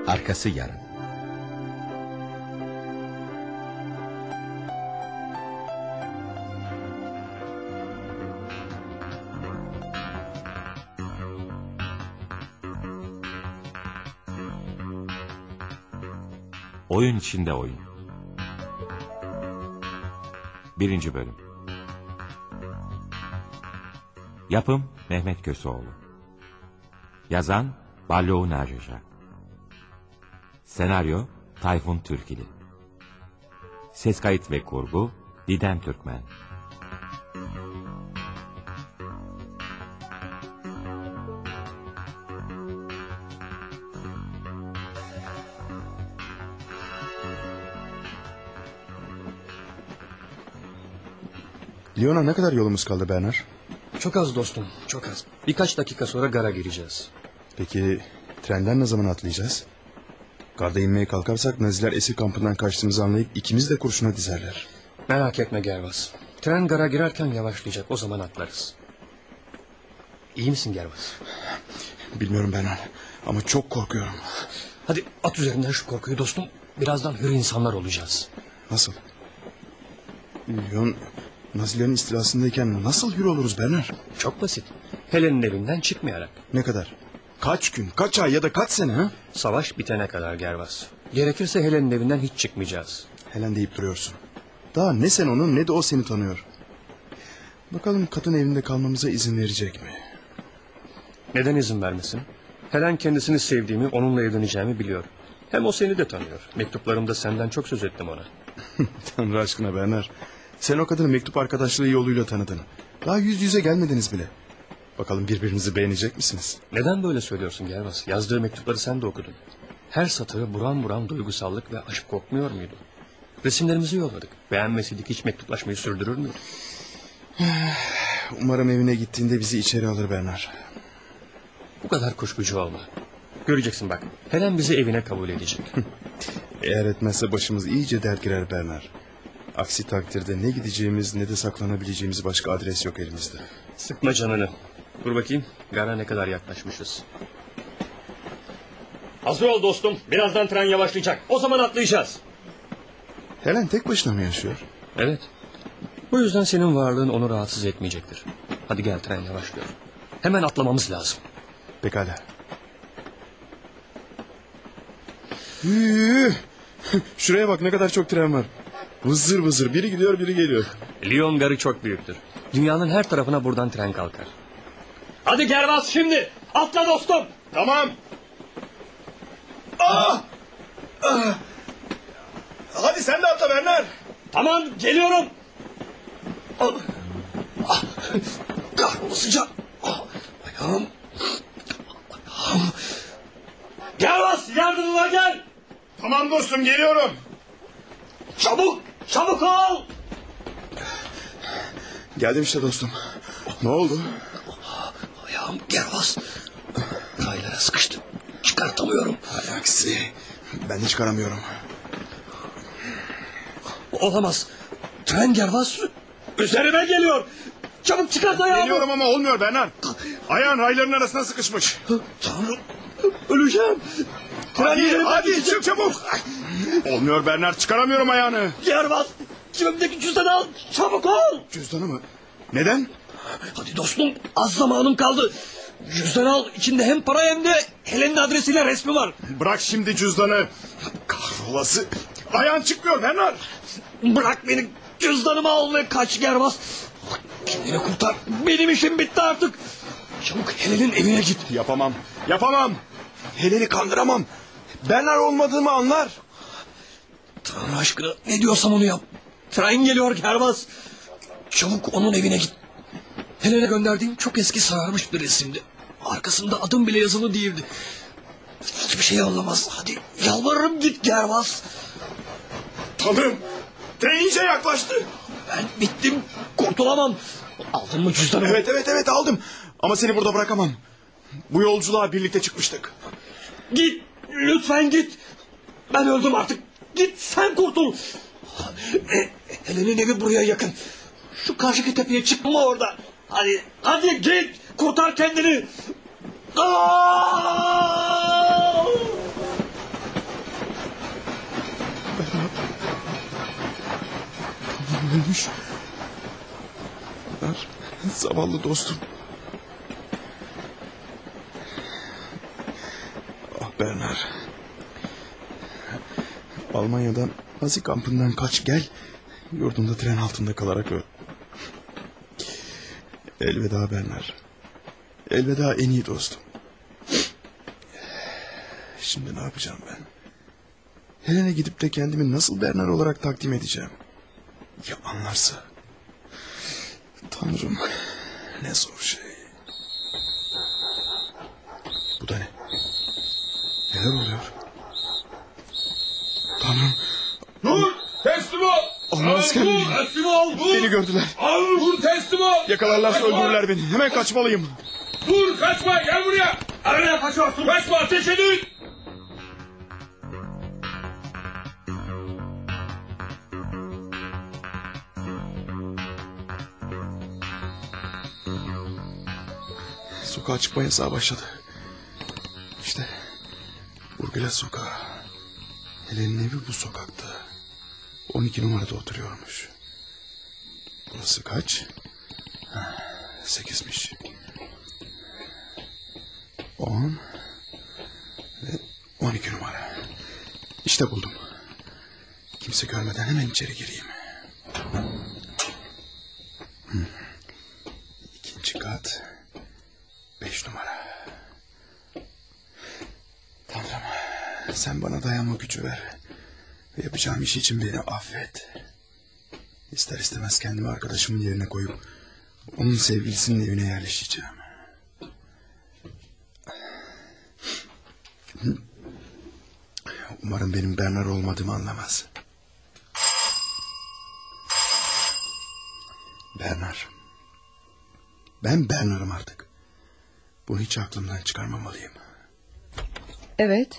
Arkası yarın. Oyun içinde oyun. 1. bölüm. Yapım Mehmet Köseoğlu. Yazan Ballo Nareja. Senaryo Tayfun Türkili. Ses kayıt ve kurgu Didem Türkmen. Lyon'a ne kadar yolumuz kaldı Bernard? Çok az dostum, çok az. Birkaç dakika sonra gara gireceğiz. Peki trenden ne zaman atlayacağız? Garda inmeye kalkarsak Naziler esir kampından kaçtığımızı anlayıp ikimiz de kurşuna dizerler. Merak etme Gervas. Tren gara girerken yavaşlayacak, o zaman atlarız. İyi misin Gervas? Bilmiyorum Bernard ama çok korkuyorum. Hadi at üzerinden şu korkuyu dostum. Birazdan hür insanlar olacağız. Nasıl? Lyon Nazilerin istilasındayken nasıl hür oluruz Bernard? Çok basit. Helen'in evinden çıkmayarak. Ne kadar? Kaç gün, kaç ay ya da kaç sene ha? Savaş bitene kadar Gervas. Gerekirse Helen'in evinden hiç çıkmayacağız. Helen deyip duruyorsun. Daha ne sen onu ne de o seni tanıyor. Bakalım kadın evinde kalmamıza izin verecek mi? Neden izin vermesin? Helen kendisini sevdiğimi, onunla evleneceğimi biliyor. Hem o seni de tanıyor. Mektuplarımda senden çok söz ettim ona. Tanrı aşkına Bernard. Sen o kadını mektup arkadaşlığı yoluyla tanıdın. Daha yüz yüze gelmediniz bile. Bakalım birbirinizi beğenecek misiniz? Neden böyle söylüyorsun Gervas? Yazdığı mektupları sen de okudun. Her satırı buram buram duygusallık ve aşk kokmuyor muydu? Resimlerimizi yolladık. Beğenmeseydik hiç mektuplaşmayı sürdürür müydük? Umarım evine gittiğinde bizi içeri alır Bernard. Bu kadar kuşkucu olma. Göreceksin bak. Helen bizi evine kabul edecek. Eğer etmezse başımız iyice dert girer Bernard. Aksi takdirde ne gideceğimiz ne de saklanabileceğimiz başka adres yok elimizde. Sıkma canını. Dur bakayım. Gara ne kadar yaklaşmışız. Hazır ol dostum. Birazdan tren yavaşlayacak. O zaman atlayacağız. Helen tek başına mı yaşıyor? Evet. Bu yüzden senin varlığın onu rahatsız etmeyecektir. Hadi gel, tren yavaşlıyor. Hemen atlamamız lazım. Pekala. Şuraya bak, ne kadar çok tren var. Vızır vızır, biri gidiyor biri geliyor. Lyon garı çok büyüktür. Dünyanın her tarafına buradan tren kalkar. Hadi Gervas, şimdi atla dostum. Tamam. Hadi sen de atla Bernard. Tamam, geliyorum. Kahrolası ayağım. Gervas, yardımına gel. Tamam dostum, geliyorum. Çabuk ol. Geldim işte dostum. Ne oldu? Ayağım Gervas. Raylara sıkıştı. Çıkartamıyorum. Hay aksi. Ben de çıkaramıyorum. Olamaz. Tren Gervas üzerime geliyor. Çabuk çıkart ayağımı. Geliyorum ama olmuyor Bernard. Ayağın rayların arasına sıkışmış. Tanrım, öleceğim. Hadi çık çabuk. Olmuyor Bernard, çıkaramıyorum ayağını. Gervas, cebimdeki cüzdanı al. Çabuk ol. Cüzdanı mı? Neden? Hadi dostum, az zamanım kaldı. Cüzdanı al, içinde hem para hem de Helen'in adresiyle resmi var. Bırak şimdi cüzdanı. Kahrolası. Ayağın çıkmıyor Bernard. Bırak beni, cüzdanımı al ve kaç Gervas. Kendini kurtar, benim işim bitti artık. Çabuk Helen'in evine git. Yapamam. Helen'i kandıramam. Bernard olmadığımı anlar. Tanrı aşkına, ne diyorsam onu yap. Tren geliyor Gervas. Çabuk onun evine git. Helen'e gönderdiğim çok eski sararmış bir resimdi. Arkasında adım bile yazılı değildi. Hiçbir şey anlamaz. Hadi yalvarırım, git Gervas. Tanrım. Tren iyice yaklaştı. Ben bittim. Kurtulamam. Aldın mı cüzdanımı? Evet aldım. Ama seni burada bırakamam. Bu yolculuğa birlikte çıkmıştık. Git. Lütfen git. Ben öldüm artık. Git, sen kurtul. Helen'in evi buraya yakın. Şu karşıki tepeye çıkma orada. Hadi git. Kurtar kendini. ölmüş. Bernard, zavallı dostum. Ah Bernard. Almanya'dan Nazi kampından kaç gel. Yurdunda tren altında kalarak öl. Elveda Bernard. Elveda en iyi dostum. Şimdi ne yapacağım ben? Helen'e gidip de kendimi nasıl Bernard olarak takdim edeceğim? Ya anlarsa? Tanrım, ne zor şey. Bu da ne? Neler oluyor? Tanrım. Dur! Teslim ol! Allah askerleri. Dur! Teslim ol! Dur! Beni gördüler. Al! Dur teslim ol! Yakalarlarsa Kaçma! öldürürler beni. Hemen kaçmalıyım. Dur kaçma gel buraya! Nereye kaçıyorsun? Kaçma ateş edin! Sokağa çıkma yasağı başladı. İşte Burglas sokağı. Helen'in evi bu sokakta. 12 numarada oturuyormuş. Burası kaç? 8'miş. 10 ve 12 numara. İşte buldum. Kimse görmeden hemen içeri gireyim. İkinci kat. 5 numara. Tanrım, sen bana dayanma gücü ver. Ve yapacağım iş için beni affet. İster istemez kendimi arkadaşımın yerine koyup onun sevgilisinin evine yerleşeceğim. Umarım benim Bernard olmadığımı anlamaz. Bernard. Ben Bernard'ım artık. Bunu hiç aklımdan çıkarmamalıyım. Evet.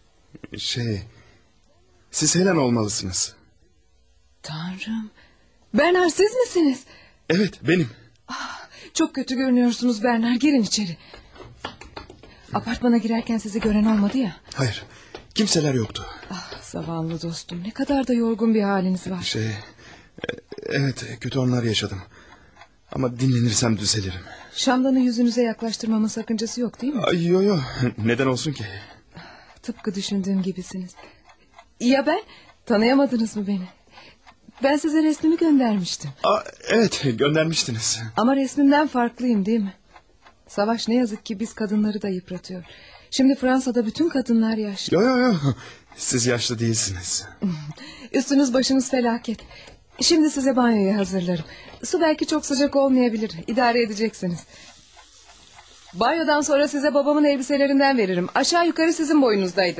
Siz Helen olmalısınız. Tanrım. Bernard siz misiniz? Evet benim. Çok kötü görünüyorsunuz Bernard. Girin içeri. Apartmana girerken sizi gören olmadı ya. Hayır. Kimseler yoktu. Ah zavallı dostum. Ne kadar da yorgun bir haliniz var. Evet kötü anlar yaşadım. Ama dinlenirsem düzelirim. Şamdanı yüzünüze yaklaştırmamın sakıncası yok değil mi? Yo. Neden olsun ki? Tıpkı düşündüğüm gibisiniz. Ya ben? Tanıyamadınız mı beni? Ben size resmimi göndermiştim. Evet göndermiştiniz. Ama resmimden farklıyım değil mi? Savaş ne yazık ki biz kadınları da yıpratıyor. Şimdi Fransa'da bütün kadınlar yaşlı. Yo. Siz yaşlı değilsiniz. Üstünüz başınız felaket. Şimdi size banyoyu hazırlarım. Su belki çok sıcak olmayabilir. İdare edeceksiniz. Banyodan sonra size babamın elbiselerinden veririm. Aşağı yukarı sizin boyunuzdaydı.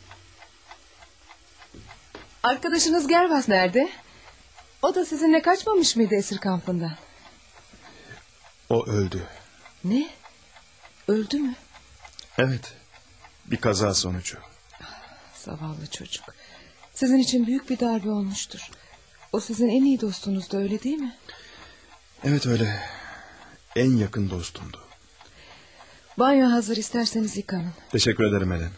Arkadaşınız Gervas nerede? O da sizinle kaçmamış mıydı esir kampından? O öldü. Ne? Öldü mü? Evet. Bir kaza sonucu. Zavallı çocuk. Sizin için büyük bir darbe olmuştur. O sizin en iyi dostunuzdu öyle değil mi? Evet öyle. En yakın dostumdu. Banyo hazır isterseniz yıkanın. Teşekkür ederim Helen.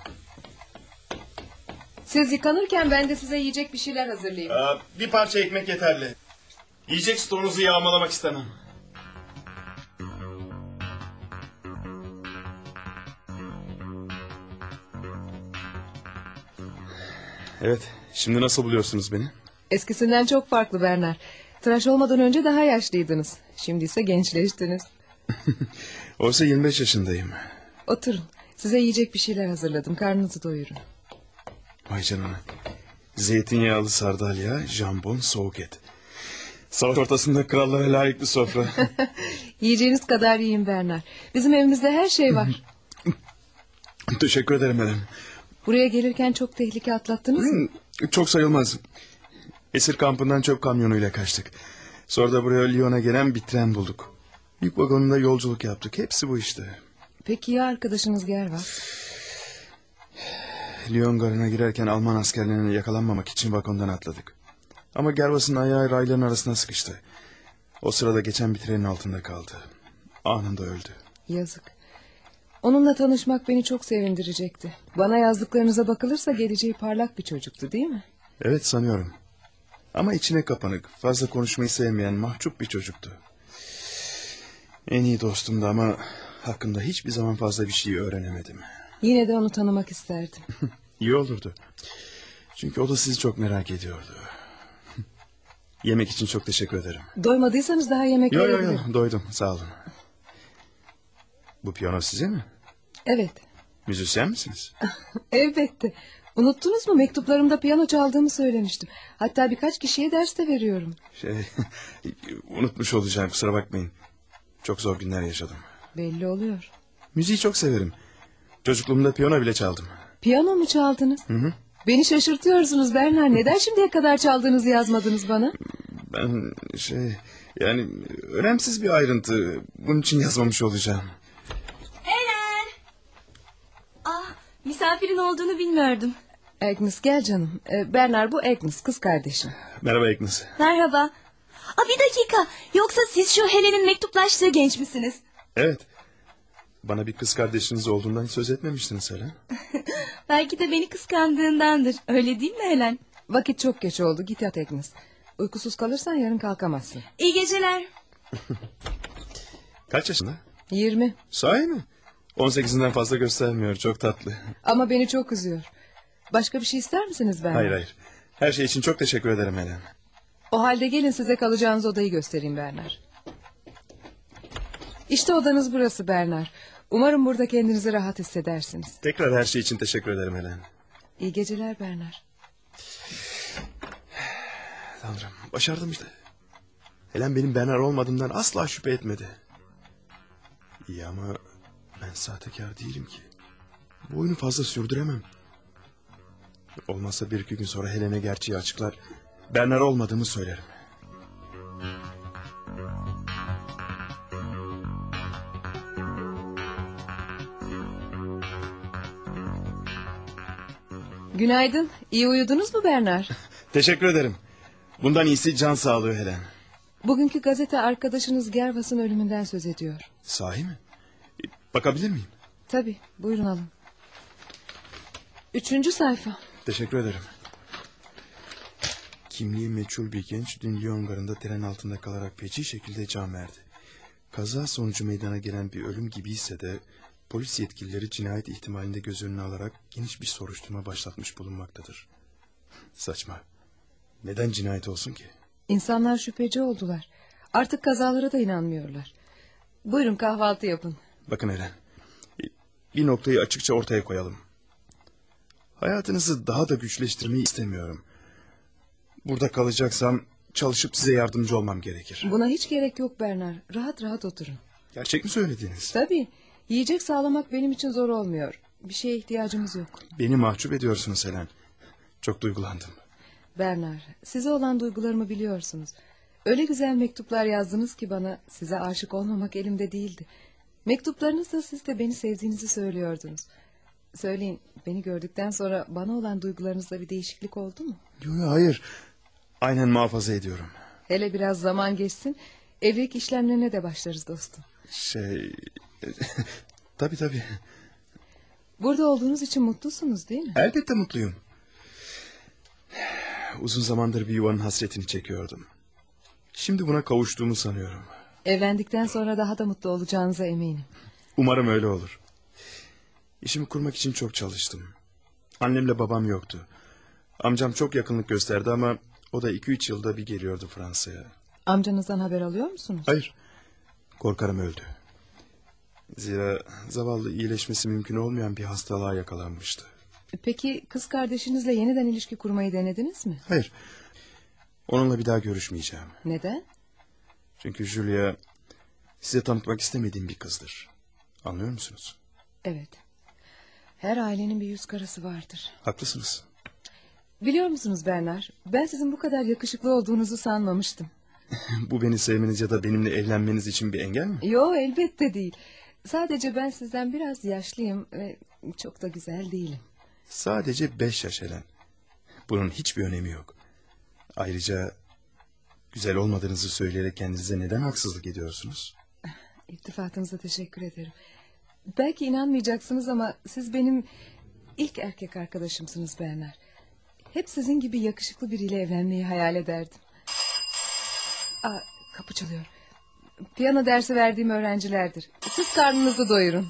Siz yıkanırken ben de size yiyecek bir şeyler hazırlayayım. Bir parça ekmek yeterli. Yiyecek stoğunuzu yağmalamak istemem. Evet, şimdi nasıl buluyorsunuz beni? Eskisinden çok farklı Bernard. Tıraş olmadan önce daha yaşlıydınız. Şimdi ise gençleştiniz. Oysa 25 yaşındayım. Oturun. Size yiyecek bir şeyler hazırladım. Karnınızı doyurun. Vay canına. Zeytinyağlı sardalya, jambon, soğuk et. Savaş ortasında krallara layık bir sofra. Yiyeceğiniz kadar yiyin Bernard. Bizim evimizde her şey var. Teşekkür ederim Helen. Buraya gelirken çok tehlike atlattınız mı? Çok sayılmaz. Esir kampından çöp kamyonuyla kaçtık. Sonra da buraya Lyon'a gelen bir tren bulduk. Yük vagonunda yolculuk yaptık. Hepsi bu işte. Peki ya arkadaşınız Gervas? Lyon garına girerken Alman askerlerine yakalanmamak için vagondan atladık. Ama Gervas'ın ayağı rayların arasına sıkıştı. O sırada geçen bir trenin altında kaldı. Anında öldü. Yazık. Onunla tanışmak beni çok sevindirecekti. Bana yazdıklarınıza bakılırsa geleceği parlak bir çocuktu değil mi? Evet sanıyorum. Ama içine kapanık, fazla konuşmayı sevmeyen mahcup bir çocuktu. En iyi dostumdu ama hakkında hiçbir zaman fazla bir şey öğrenemedim. Yine de onu tanımak isterdim. İyi olurdu. Çünkü o da sizi çok merak ediyordu. Yemek için çok teşekkür ederim. Doymadıysanız daha yemek verebilirim. Yok, doydum, sağ olun. Bu piyano size mi? Evet. Müzisyen misiniz? Elbette. Unuttunuz mu, mektuplarımda piyano çaldığımı söylemiştim. Hatta birkaç kişiye ders de veriyorum. Unutmuş olacağım, kusura bakmayın. Çok zor günler yaşadım. Belli oluyor. Müziği çok severim. Çocukluğumda piyano bile çaldım. Piyano mu çaldınız? Hı. Beni şaşırtıyorsunuz Bernard. Neden şimdiye kadar çaldığınızı yazmadınız bana? Ben yani önemsiz bir ayrıntı. Bunun için yazmamış olacağım. Helen! Misafirin olduğunu bilmiyordum. Agnes gel canım. Bernard bu Agnes, kız kardeşim. Merhaba Agnes. Merhaba. Bir dakika. Yoksa siz şu Helen'in mektuplaştığı genç misiniz? Evet. Bana bir kız kardeşiniz olduğundan hiç söz etmemiştiniz Helen. Belki de beni kıskandığındandır. Öyle değil mi Helen? Vakit çok geç oldu. Git yat Agnes. Uykusuz kalırsan yarın kalkamazsın. İyi geceler. Kaç yaşında? 20. Sahi mi? 18'inden fazla göstermiyor. Çok tatlı. Ama beni çok üzüyor. Başka bir şey ister misiniz Bernard? Hayır. Her şey için çok teşekkür ederim Helen. O halde gelin size kalacağınız odayı göstereyim Bernard. İşte odanız burası Bernard. Umarım burada kendinizi rahat hissedersiniz. Tekrar her şey için teşekkür ederim Helen. İyi geceler Bernard. Tanrım, başardım işte. Helen benim Bernard olmadığımdan asla şüphe etmedi. İyi ama ben sahtekar değilim ki. Bu oyunu fazla sürdüremem. Olmazsa bir iki gün sonra Helen'e gerçeği açıklar. Bernard olmadığımı söylerim. Günaydın. İyi uyudunuz mu Bernard? Teşekkür ederim. Bundan iyisi can sağlığı Helen. Bugünkü gazete arkadaşınız Gervas'ın ölümünden söz ediyor. Sahi mi? Bakabilir miyim? Tabii, buyurun alın. 3. sayfa. Teşekkür ederim. Kimliği meçhul bir genç dün Lyon garında tren altında kalarak feci şekilde can verdi. Kaza sonucu meydana gelen bir ölüm gibiyse de polis yetkilileri cinayet ihtimalinde göz önüne alarak geniş bir soruşturma başlatmış bulunmaktadır. Saçma. Neden cinayet olsun ki? İnsanlar şüpheci oldular. Artık kazalara da inanmıyorlar. Buyurun kahvaltı yapın. Bakın Helen, bir noktayı açıkça ortaya koyalım. Hayatınızı daha da güçleştirmeyi istemiyorum. Burada kalacaksam çalışıp size yardımcı olmam gerekir. Buna hiç gerek yok Bernard. Rahat rahat oturun. Gerçek mi söylediniz? Tabii. Yiyecek sağlamak benim için zor olmuyor. Bir şeye ihtiyacımız yok. Beni mahcup ediyorsunuz Helen. Çok duygulandım. Bernard, size olan duygularımı biliyorsunuz. Öyle güzel mektuplar yazdınız ki bana, size aşık olmamak elimde değildi. Mektuplarınızda siz de beni sevdiğinizi söylüyordunuz. Söyleyin, beni gördükten sonra bana olan duygularınızda bir değişiklik oldu mu? Yok, hayır. Aynen muhafaza ediyorum. Hele biraz zaman geçsin, evlilik işlemlerine de başlarız dostum. Tabii. Burada olduğunuz için mutlusunuz değil mi? Elbette mutluyum. Uzun zamandır bir yuvanın hasretini çekiyordum. Şimdi buna kavuştuğumu sanıyorum. Evlendikten sonra daha da mutlu olacağınıza eminim. Umarım öyle olur. İşimi kurmak için çok çalıştım. Annemle babam yoktu. Amcam çok yakınlık gösterdi ama o da 2-3 yılda bir geliyordu Fransa'ya. Amcanızdan haber alıyor musunuz? Hayır. Korkarım öldü. Zira zavallı iyileşmesi mümkün olmayan bir hastalığa yakalanmıştı. Peki kız kardeşinizle yeniden ilişki kurmayı denediniz mi? Hayır. Onunla bir daha görüşmeyeceğim. Neden? Çünkü Julia size tanıtmak istemediğim bir kızdır. Anlıyor musunuz? Evet. Her ailenin bir yüz karası vardır. Haklısınız. Biliyor musunuz Bernard? Ben sizin bu kadar yakışıklı olduğunuzu sanmamıştım. Bu beni sevmeniz ya da benimle evlenmeniz için bir engel mi? Yo, elbette değil. Sadece ben sizden biraz yaşlıyım ve çok da güzel değilim. Sadece 5 yaş Helen. Bunun hiçbir önemi yok. Ayrıca güzel olmadığınızı söyleyerek kendinize neden haksızlık ediyorsunuz? İltifatınıza teşekkür ederim. Belki inanmayacaksınız ama siz benim ilk erkek arkadaşımsınız Bernard. Hep sizin gibi yakışıklı biriyle evlenmeyi hayal ederdim. Kapı çalıyor. Piyano dersi verdiğim öğrencilerdir. Siz karnınızı doyurun.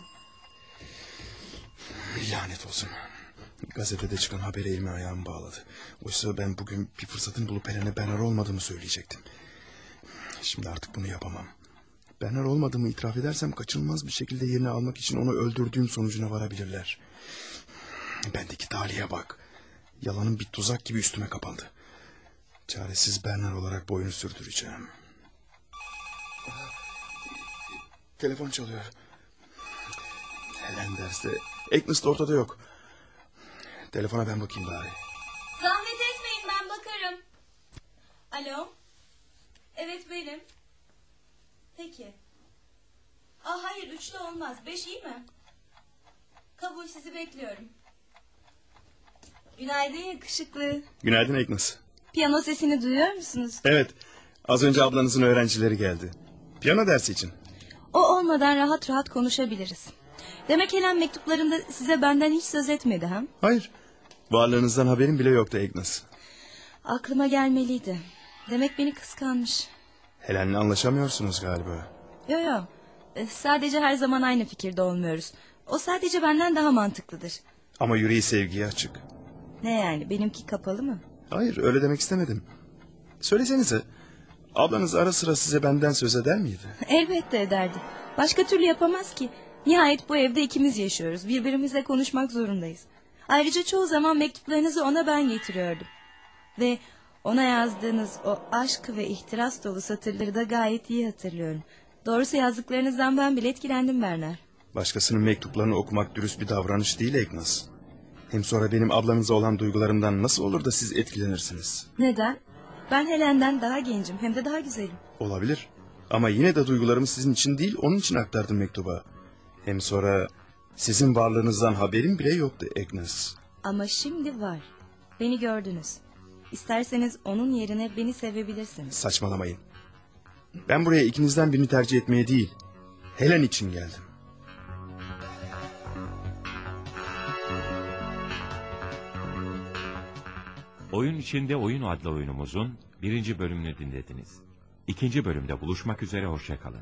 Lanet olsun. Gazetede çıkan habere elimi ayağımı bağladı. Oysa ben bugün bir fırsatını bulup Helen'e Bernard olmadığımı söyleyecektim. Şimdi artık bunu yapamam. Bernard olmadığımı itiraf edersem kaçınılmaz bir şekilde yerini almak için onu öldürdüğüm sonucuna varabilirler. Bendeki talihe bak. Yalanın bir tuzak gibi üstüme kapandı. Çaresiz Bernard olarak boyunu sürdüreceğim. Telefon çalıyor. Helen derste. Agnes de ortada yok. Telefona ben bakayım bari. Zahmet etmeyin, ben bakarım. Alo. Evet, benim. Peki. Hayır, 3'te olmaz. 5 iyi mi? Kabul, sizi bekliyorum. Günaydın yakışıklı. Günaydın Agnes. Piyano sesini duyuyor musunuz? Evet. Az önce ablanızın öğrencileri geldi. Piyano dersi için. O olmadan rahat rahat konuşabiliriz. Demek Helen mektuplarında size benden hiç söz etmedi ha? Hayır. Varlığınızdan haberim bile yoktu Agnes. Aklıma gelmeliydi. Demek beni kıskanmış. Helen'le anlaşamıyorsunuz galiba. Yo. Sadece her zaman aynı fikirde olmuyoruz. O sadece benden daha mantıklıdır. Ama yüreği sevgiye açık. Ne yani, benimki kapalı mı? Hayır, öyle demek istemedim. Söylesenize, ablanız ara sıra size benden söz eder miydi? Elbette ederdi. Başka türlü yapamaz ki. Nihayet bu evde ikimiz yaşıyoruz. Birbirimizle konuşmak zorundayız. Ayrıca çoğu zaman mektuplarınızı ona ben getiriyordum. Ve ona yazdığınız o aşk ve ihtiras dolu satırları da gayet iyi hatırlıyorum. Doğrusu yazdıklarınızdan ben bile etkilendim Bernard. Başkasının mektuplarını okumak dürüst bir davranış değil Agnes. Hem sonra benim ablanıza olan duygularımdan nasıl olur da siz etkilenirsiniz? Neden? Ben Helen'den daha gencim, hem de daha güzelim. Olabilir. Ama yine de duygularımı sizin için değil, onun için aktardım mektuba. Hem sonra sizin varlığınızdan haberim bile yoktu Agnes. Ama şimdi var. Beni gördünüz. İsterseniz onun yerine beni sevebilirsiniz. Saçmalamayın. Ben buraya ikinizden birini tercih etmeye değil, Helen için geldim. Oyun içinde Oyun adlı oyunumuzun 1. bölümünü dinlediniz. 2. bölümde buluşmak üzere, hoşça kalın.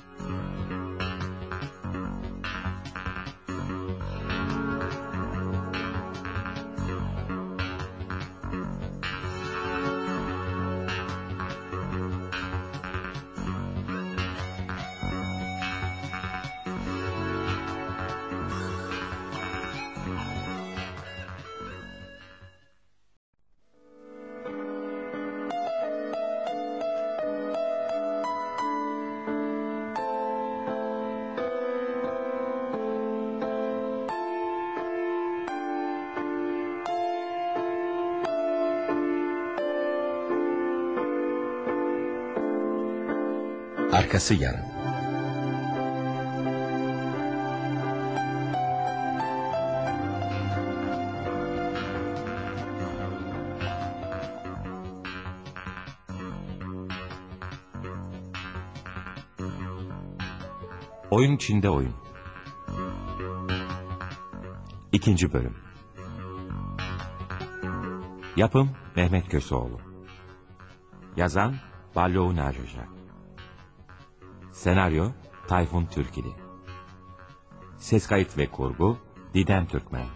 Arkası yarın. Oyun içinde oyun. 2. bölüm. Yapım Mehmet Köseoğlu. Yazan Ballo Najoja. Senaryo Tayfun Türkili. Ses kayıt ve kurgu Didem Türkmen.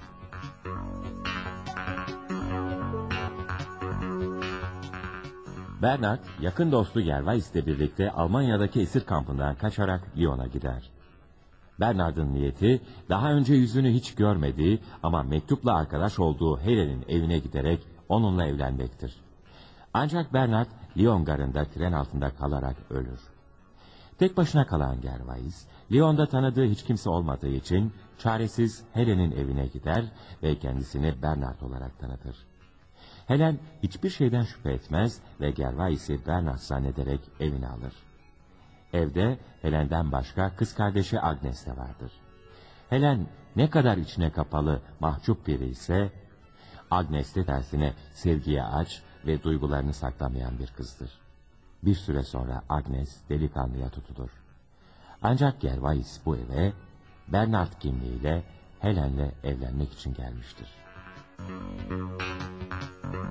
Bernard, yakın dostu Gervais ile birlikte Almanya'daki esir kampından kaçarak Lyon'a gider. Bernard'ın niyeti, daha önce yüzünü hiç görmediği ama mektupla arkadaş olduğu Helen'in evine giderek onunla evlenmektir. Ancak Bernard, Lyon garında tren altında kalarak ölür. Tek başına kalan Gervais, Lyon'da tanıdığı hiç kimse olmadığı için çaresiz Helen'in evine gider ve kendisini Bernard olarak tanıtır. Helen hiçbir şeyden şüphe etmez ve Gervais'i Bernard zannederek evine alır. Evde Helen'den başka kız kardeşi Agnes de vardır. Helen ne kadar içine kapalı, mahcup biri ise, Agnes de tersine sevgiye aç ve duygularını saklamayan bir kızdır. Bir süre sonra Agnes delikanlıya tutulur. Ancak Gervais bu eve Bernard kimliğiyle Helen'le evlenmek için gelmiştir.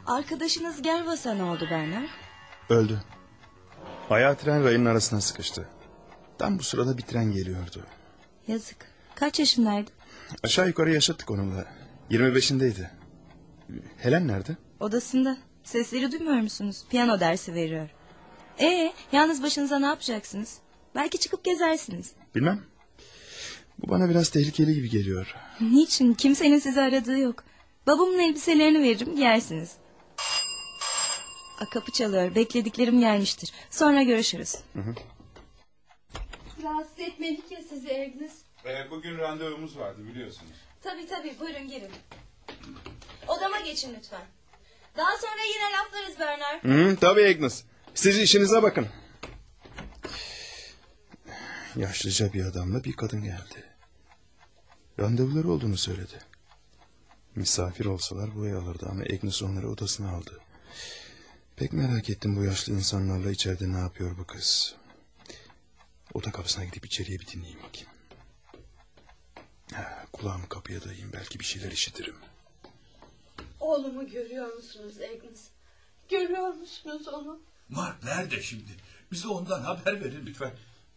Arkadaşınız Gervas'a ne oldu Bernard? Öldü. Ayağı tren rayının arasına sıkıştı. Tam bu sırada bir tren geliyordu. Yazık. Kaç yaşındaydı? Aşağı yukarı yaşattık onunla. 25'indeydi. Helen nerede? Odasında. Sesleri duymuyor musunuz? Piyano dersi veriyor. Yalnız başınıza ne yapacaksınız? Belki çıkıp gezersiniz. Bilmem. Bu bana biraz tehlikeli gibi geliyor. Niçin? Kimsenin sizi aradığı yok. Babamın elbiselerini veririm, giyersiniz. Kapı çalıyor. Beklediklerim gelmiştir. Sonra görüşürüz. Rahatsız etmedik ya sizi Agnes. Bugün randevumuz vardı biliyorsunuz. Tabii buyurun girin. Odama geçin lütfen. Daha sonra yine laflarız Bernard. Tabii Agnes. Siz işinize bakın. Yaşlıca bir adamla bir kadın geldi. Randevuları olduğunu söyledi. Misafir olsalar buraya alırdı ama Agnes onları odasına aldı. Pek merak ettim bu yaşlı insanlarla içeride ne yapıyor bu kız. Oda kapısına gidip içeriye bir dinleyeyim bakayım. Kulağımı kapıya dayayayım, belki bir şeyler işitirim. Oğlumu görüyor musunuz Agnes? Görüyor musunuz onu? Mark nerede şimdi? Bize ondan haber verin lütfen.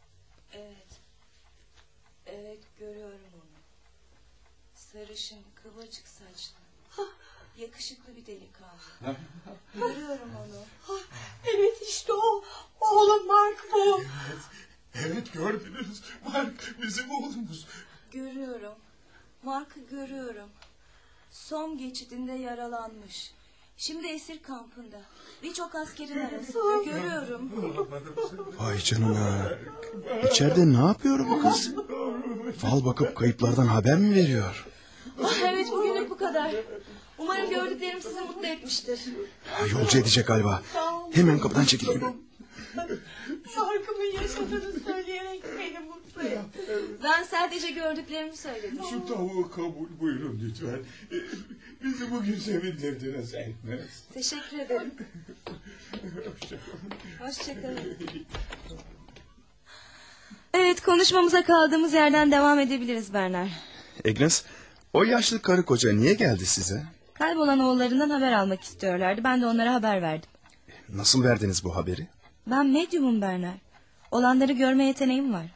Evet görüyorum onu. Sarışın, kıvırcık saçlı. Yakışıklı bir delikanlı. Görüyorum onu. Evet işte o. Oğlum Mark bu. Evet gördünüz. Mark bizim oğlumuz. Görüyorum. Mark'ı görüyorum. Som geçidinde yaralanmış. Şimdi esir kampında. Birçok askerin arasında görüyorum. Vay canına. İçeride ne yapıyor bu kız? Fal bakıp kayıplardan haber mi veriyor? Evet bugünlük bu kadar. Umarım gördüklerim sizi mutlu etmiştir. Yolcu edecek galiba. Hemen kapıdan çekileyim. Mark'ımın yaşadığını söyleyerek beni mutlu etti. Ben sadece gördüklerimi söyledim. Şu tavuğu kabul buyurun lütfen. Bizi bugün sevindirdiniz Agnes. Teşekkür ederim. Hoşçakalın. Evet konuşmamıza kaldığımız yerden devam edebiliriz Bernard. Agnes, o yaşlı karı koca niye geldi size? Kaybolan oğullarından haber almak istiyorlardı. Ben de onlara haber verdim. Nasıl verdiniz bu haberi? Ben medyumum Bernard. Olanları görme yeteneğim var.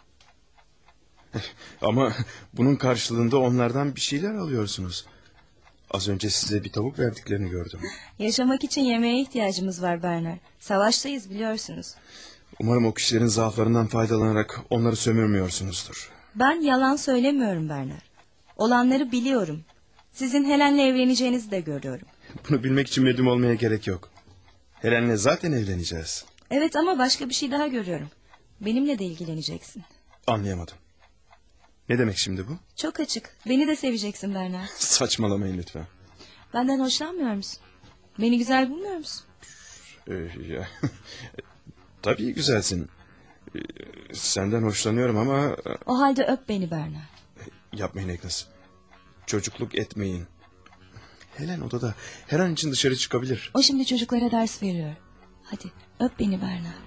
Ama bunun karşılığında onlardan bir şeyler alıyorsunuz. Az önce size bir tavuk verdiklerini gördüm. Yaşamak için yemeğe ihtiyacımız var Bernard. Savaştayız biliyorsunuz. Umarım o kişilerin zaaflarından faydalanarak onları sömürmüyorsunuzdur. Ben yalan söylemiyorum Bernard. Olanları biliyorum. Sizin Helen'le evleneceğinizi de görüyorum. Bunu bilmek için medyum olmaya gerek yok. Helen'le zaten evleneceğiz. Evet ama başka bir şey daha görüyorum. Benimle de ilgileneceksin. Anlayamadım. Ne demek şimdi bu? Çok açık. Beni de seveceksin Bernard. Saçmalamayın lütfen. Benden hoşlanmıyor musun? Beni güzel bulmuyor musun? Ya, tabii güzelsin. Senden hoşlanıyorum ama... O halde öp beni Bernard. Yapmayın Agnes. Çocukluk etmeyin. Helen odada, her an için dışarı çıkabilir. O şimdi çocuklara ders veriyor. Hadi öp beni Bernard.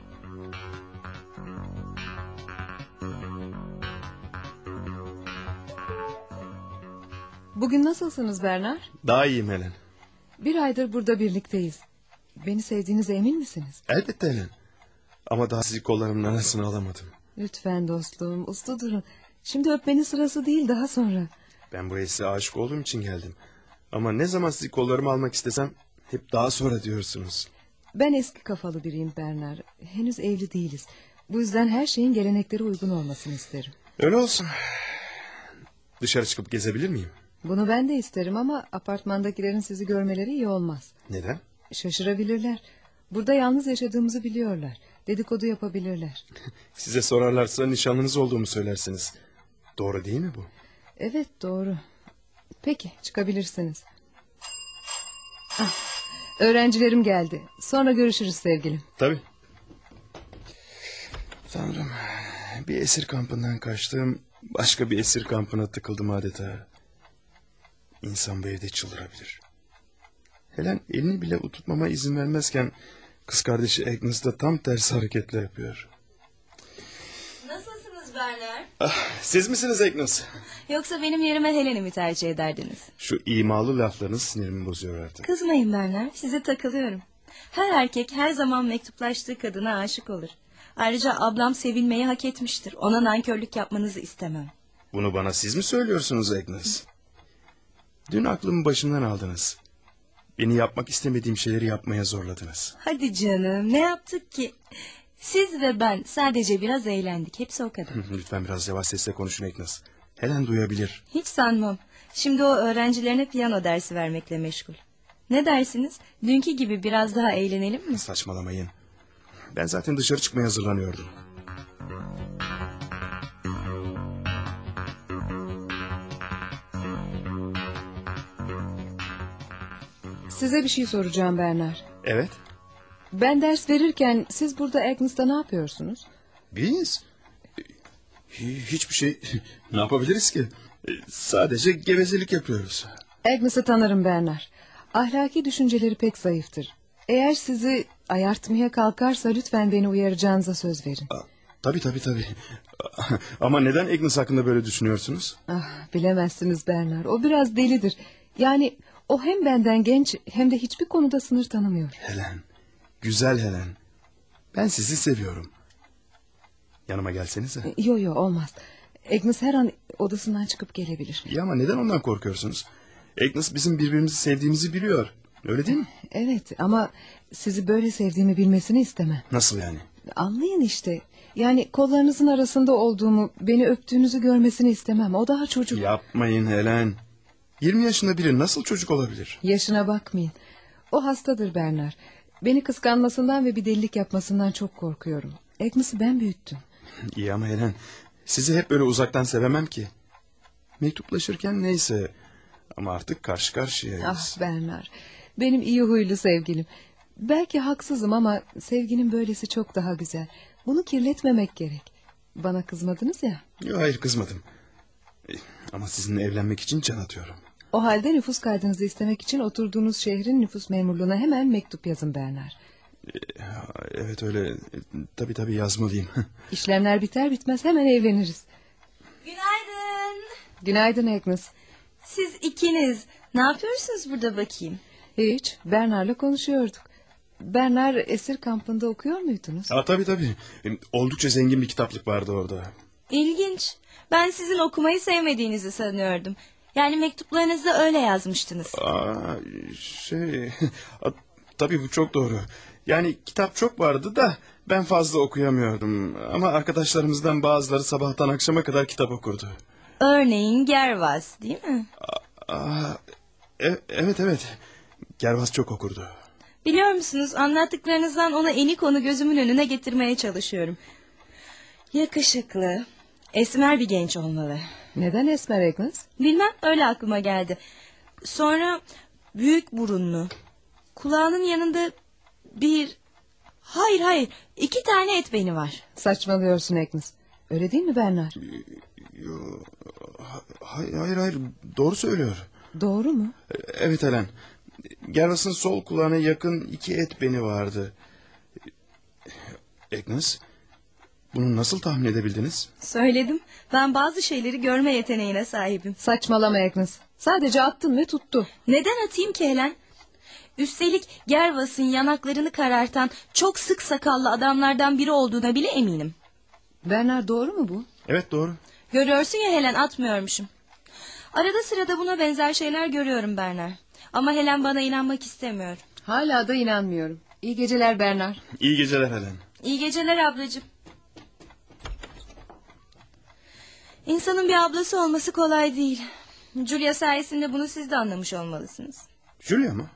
Bugün nasılsınız Bernard? Daha iyiyim Helen. Bir aydır burada birlikteyiz. Beni sevdiğinize emin misiniz? Elbette Helen. Ama daha sizi kollarımın arasına alamadım. Lütfen dostum, uslu durun. Şimdi öpmenin sırası değil, daha sonra. Ben buraya size aşık olduğum için geldim. Ama ne zaman sizi kollarıma almak istesem hep daha sonra diyorsunuz. Ben eski kafalı biriyim Bernard. Henüz evli değiliz. Bu yüzden her şeyin geleneklere uygun olmasını isterim. Öyle olsun. Dışarı çıkıp gezebilir miyim? Bunu ben de isterim ama apartmandakilerin sizi görmeleri iyi olmaz. Neden? Şaşırabilirler. Burada yalnız yaşadığımızı biliyorlar. Dedikodu yapabilirler. Size sorarlarsa nişanlınız olduğumu söylersiniz. Doğru değil mi bu? Evet doğru. Peki çıkabilirsiniz. Öğrencilerim geldi. Sonra görüşürüz sevgilim. Tabii. Tanrım, bir esir kampından kaçtım, başka bir esir kampına tıkıldım adeta. İnsan bu evde çıldırabilir. Helen elini bile tutmama izin vermezken kız kardeşi Agnes de tam tersi hareketler yapıyor. Nasılsınız Bernard? Siz misiniz Agnes? Yoksa benim yerime Helen'i mi tercih ederdiniz? Şu imalı laflarınız sinirimi bozuyor artık. Kızmayın Bernard, size takılıyorum. Her erkek her zaman mektuplaştığı kadına aşık olur. Ayrıca ablam sevilmeyi hak etmiştir. Ona nankörlük yapmanızı istemem. Bunu bana siz mi söylüyorsunuz Agnes? Dün aklımı başımdan aldınız. Beni yapmak istemediğim şeyleri yapmaya zorladınız. Hadi canım, ne yaptık ki? Siz ve ben sadece biraz eğlendik. Hepsi o kadar. Lütfen biraz yavaş sesle konuşun Agnes. Helen duyabilir. Hiç sanmam. Şimdi o öğrencilerine piyano dersi vermekle meşgul. Ne dersiniz? Dünkü gibi biraz daha eğlenelim mi? Saçmalamayın. Ben zaten dışarı çıkmaya hazırlanıyordum. Size bir şey soracağım Bernard. Evet. Ben ders verirken siz burada Agnes'ta ne yapıyorsunuz? Biz? Hiçbir şey ne yapabiliriz ki? Sadece gevezelik yapıyoruz. Agnes'ı tanırım Bernard. Ahlaki düşünceleri pek zayıftır. Eğer sizi ayartmaya kalkarsa lütfen beni uyaracağınıza söz verin. Tabii. Ama neden Agnes hakkında böyle düşünüyorsunuz? Bilemezsiniz Bernard. O biraz delidir. Yani o hem benden genç hem de hiçbir konuda sınır tanımıyor. Helen. Güzel Helen. Ben sizi seviyorum. Yanıma gelsenize. Yo olmaz. Agnes her an odasından çıkıp gelebilir. Ya ama neden ondan korkuyorsunuz? Agnes bizim birbirimizi sevdiğimizi biliyor. Öyle değil mi? Evet ama sizi böyle sevdiğimi bilmesini istemem. Nasıl yani? Anlayın işte. Yani kollarınızın arasında olduğumu, beni öptüğünüzü görmesini istemem. O daha çocuk. Yapmayın Helen. 20 yaşında biri nasıl çocuk olabilir? Yaşına bakmayın. O hastadır Bernard. Beni kıskanmasından ve bir delilik yapmasından çok korkuyorum. Agnes'ı ben büyüttüm. İyi ama Helen, sizi hep böyle uzaktan sevemem ki. Mektuplaşırken neyse. Ama artık karşı karşıyayız. Ah Bernard, benim iyi huylu sevgilim. Belki haksızım ama sevginin böylesi çok daha güzel. Bunu kirletmemek gerek. Bana kızmadınız ya. Yok, hayır kızmadım. Ama sizinle evlenmek için can atıyorum. O halde nüfus kaydınızı istemek için oturduğunuz şehrin nüfus memurluğuna hemen mektup yazın Bernard. Evet öyle. Tabii yazmalıyım. İşlemler biter bitmez hemen evleniriz. Günaydın. Günaydın Agnes. Siz ikiniz ne yapıyorsunuz burada bakayım? Hiç, Bernard'la konuşuyorduk. Bernard esir kampında okuyor muydunuz? Tabii. Oldukça zengin bir kitaplık vardı orada. İlginç. Ben sizin okumayı sevmediğinizi sanıyordum. Yani mektuplarınızda öyle yazmıştınız. Tabii bu çok doğru. Yani kitap çok vardı da ben fazla okuyamıyordum. Ama arkadaşlarımızdan bazıları sabahtan akşama kadar kitap okurdu. Örneğin Gervas değil mi? Evet. Gervas çok okurdu. Biliyor musunuz, anlattıklarınızdan ona Enikon'u gözümün önüne getirmeye çalışıyorum. Yakışıklı, esmer bir genç olmalı. Neden esmer Agnes? Bilmem, öyle aklıma geldi. Sonra büyük burunlu. Kulağının yanında Hayır, 2 tane et beni var. Saçmalıyorsun Agnes. Öyle değil mi Bernard? Hayır doğru söylüyor. Doğru mu? Evet Helen. Gervas'ın sol kulağına yakın 2 et beni vardı. Agnes, bunu nasıl tahmin edebildiniz? Söyledim, ben bazı şeyleri görme yeteneğine sahibim. Saçmalama Agnes. Sadece attın ve tuttu. Neden atayım ki Helen? Üstelik Gervas'ın yanaklarını karartan çok sık sakallı adamlardan biri olduğuna bile eminim. Bernard, doğru mu bu? Evet doğru. Görüyorsun ya Helen, atmıyormuşum. Arada sırada buna benzer şeyler görüyorum Bernard. Ama Helen bana inanmak istemiyor. Hala da inanmıyorum. İyi geceler Bernard. İyi geceler Helen. İyi geceler ablacığım. İnsanın bir ablası olması kolay değil. Julia sayesinde bunu siz de anlamış olmalısınız. Julia mı?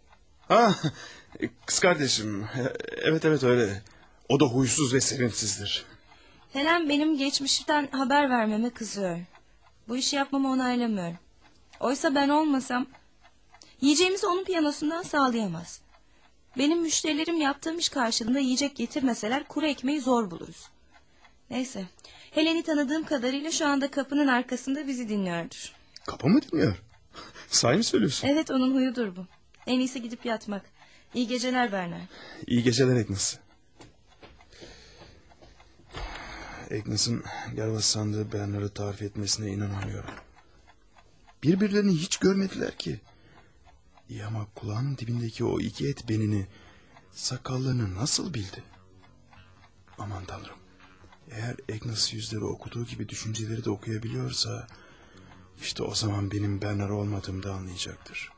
Kız kardeşim. Evet öyle. O da huysuz ve sevimsizdir. Helen benim geçmişten haber vermeme kızıyor. Bu işi yapmamı onaylamıyor. Oysa ben olmasam yiyeceğimizi onun piyanosundan sağlayamaz. Benim müşterilerim yaptığım iş karşılığında yiyecek getirmeseler kuru ekmeği zor buluruz. Neyse, Helen'i tanıdığım kadarıyla şu anda kapının arkasında bizi dinliyordur. Kapı mı dinliyor? Sahi mi söylüyorsun? Evet, onun huyudur bu. En iyisi gidip yatmak. İyi geceler Bernard. İyi geceler Agnes. Agnes'ın Gervais sandığı Bernard'ı tarif etmesine inanamıyorum. Birbirlerini hiç görmediler ki. İyi ama kulağının dibindeki o iki et benini, sakallığını nasıl bildi? Aman Tanrım. Eğer Agnes yüzleri okuduğu gibi düşünceleri de okuyabiliyorsa, işte o zaman benim Bernard olmadığımı da anlayacaktır.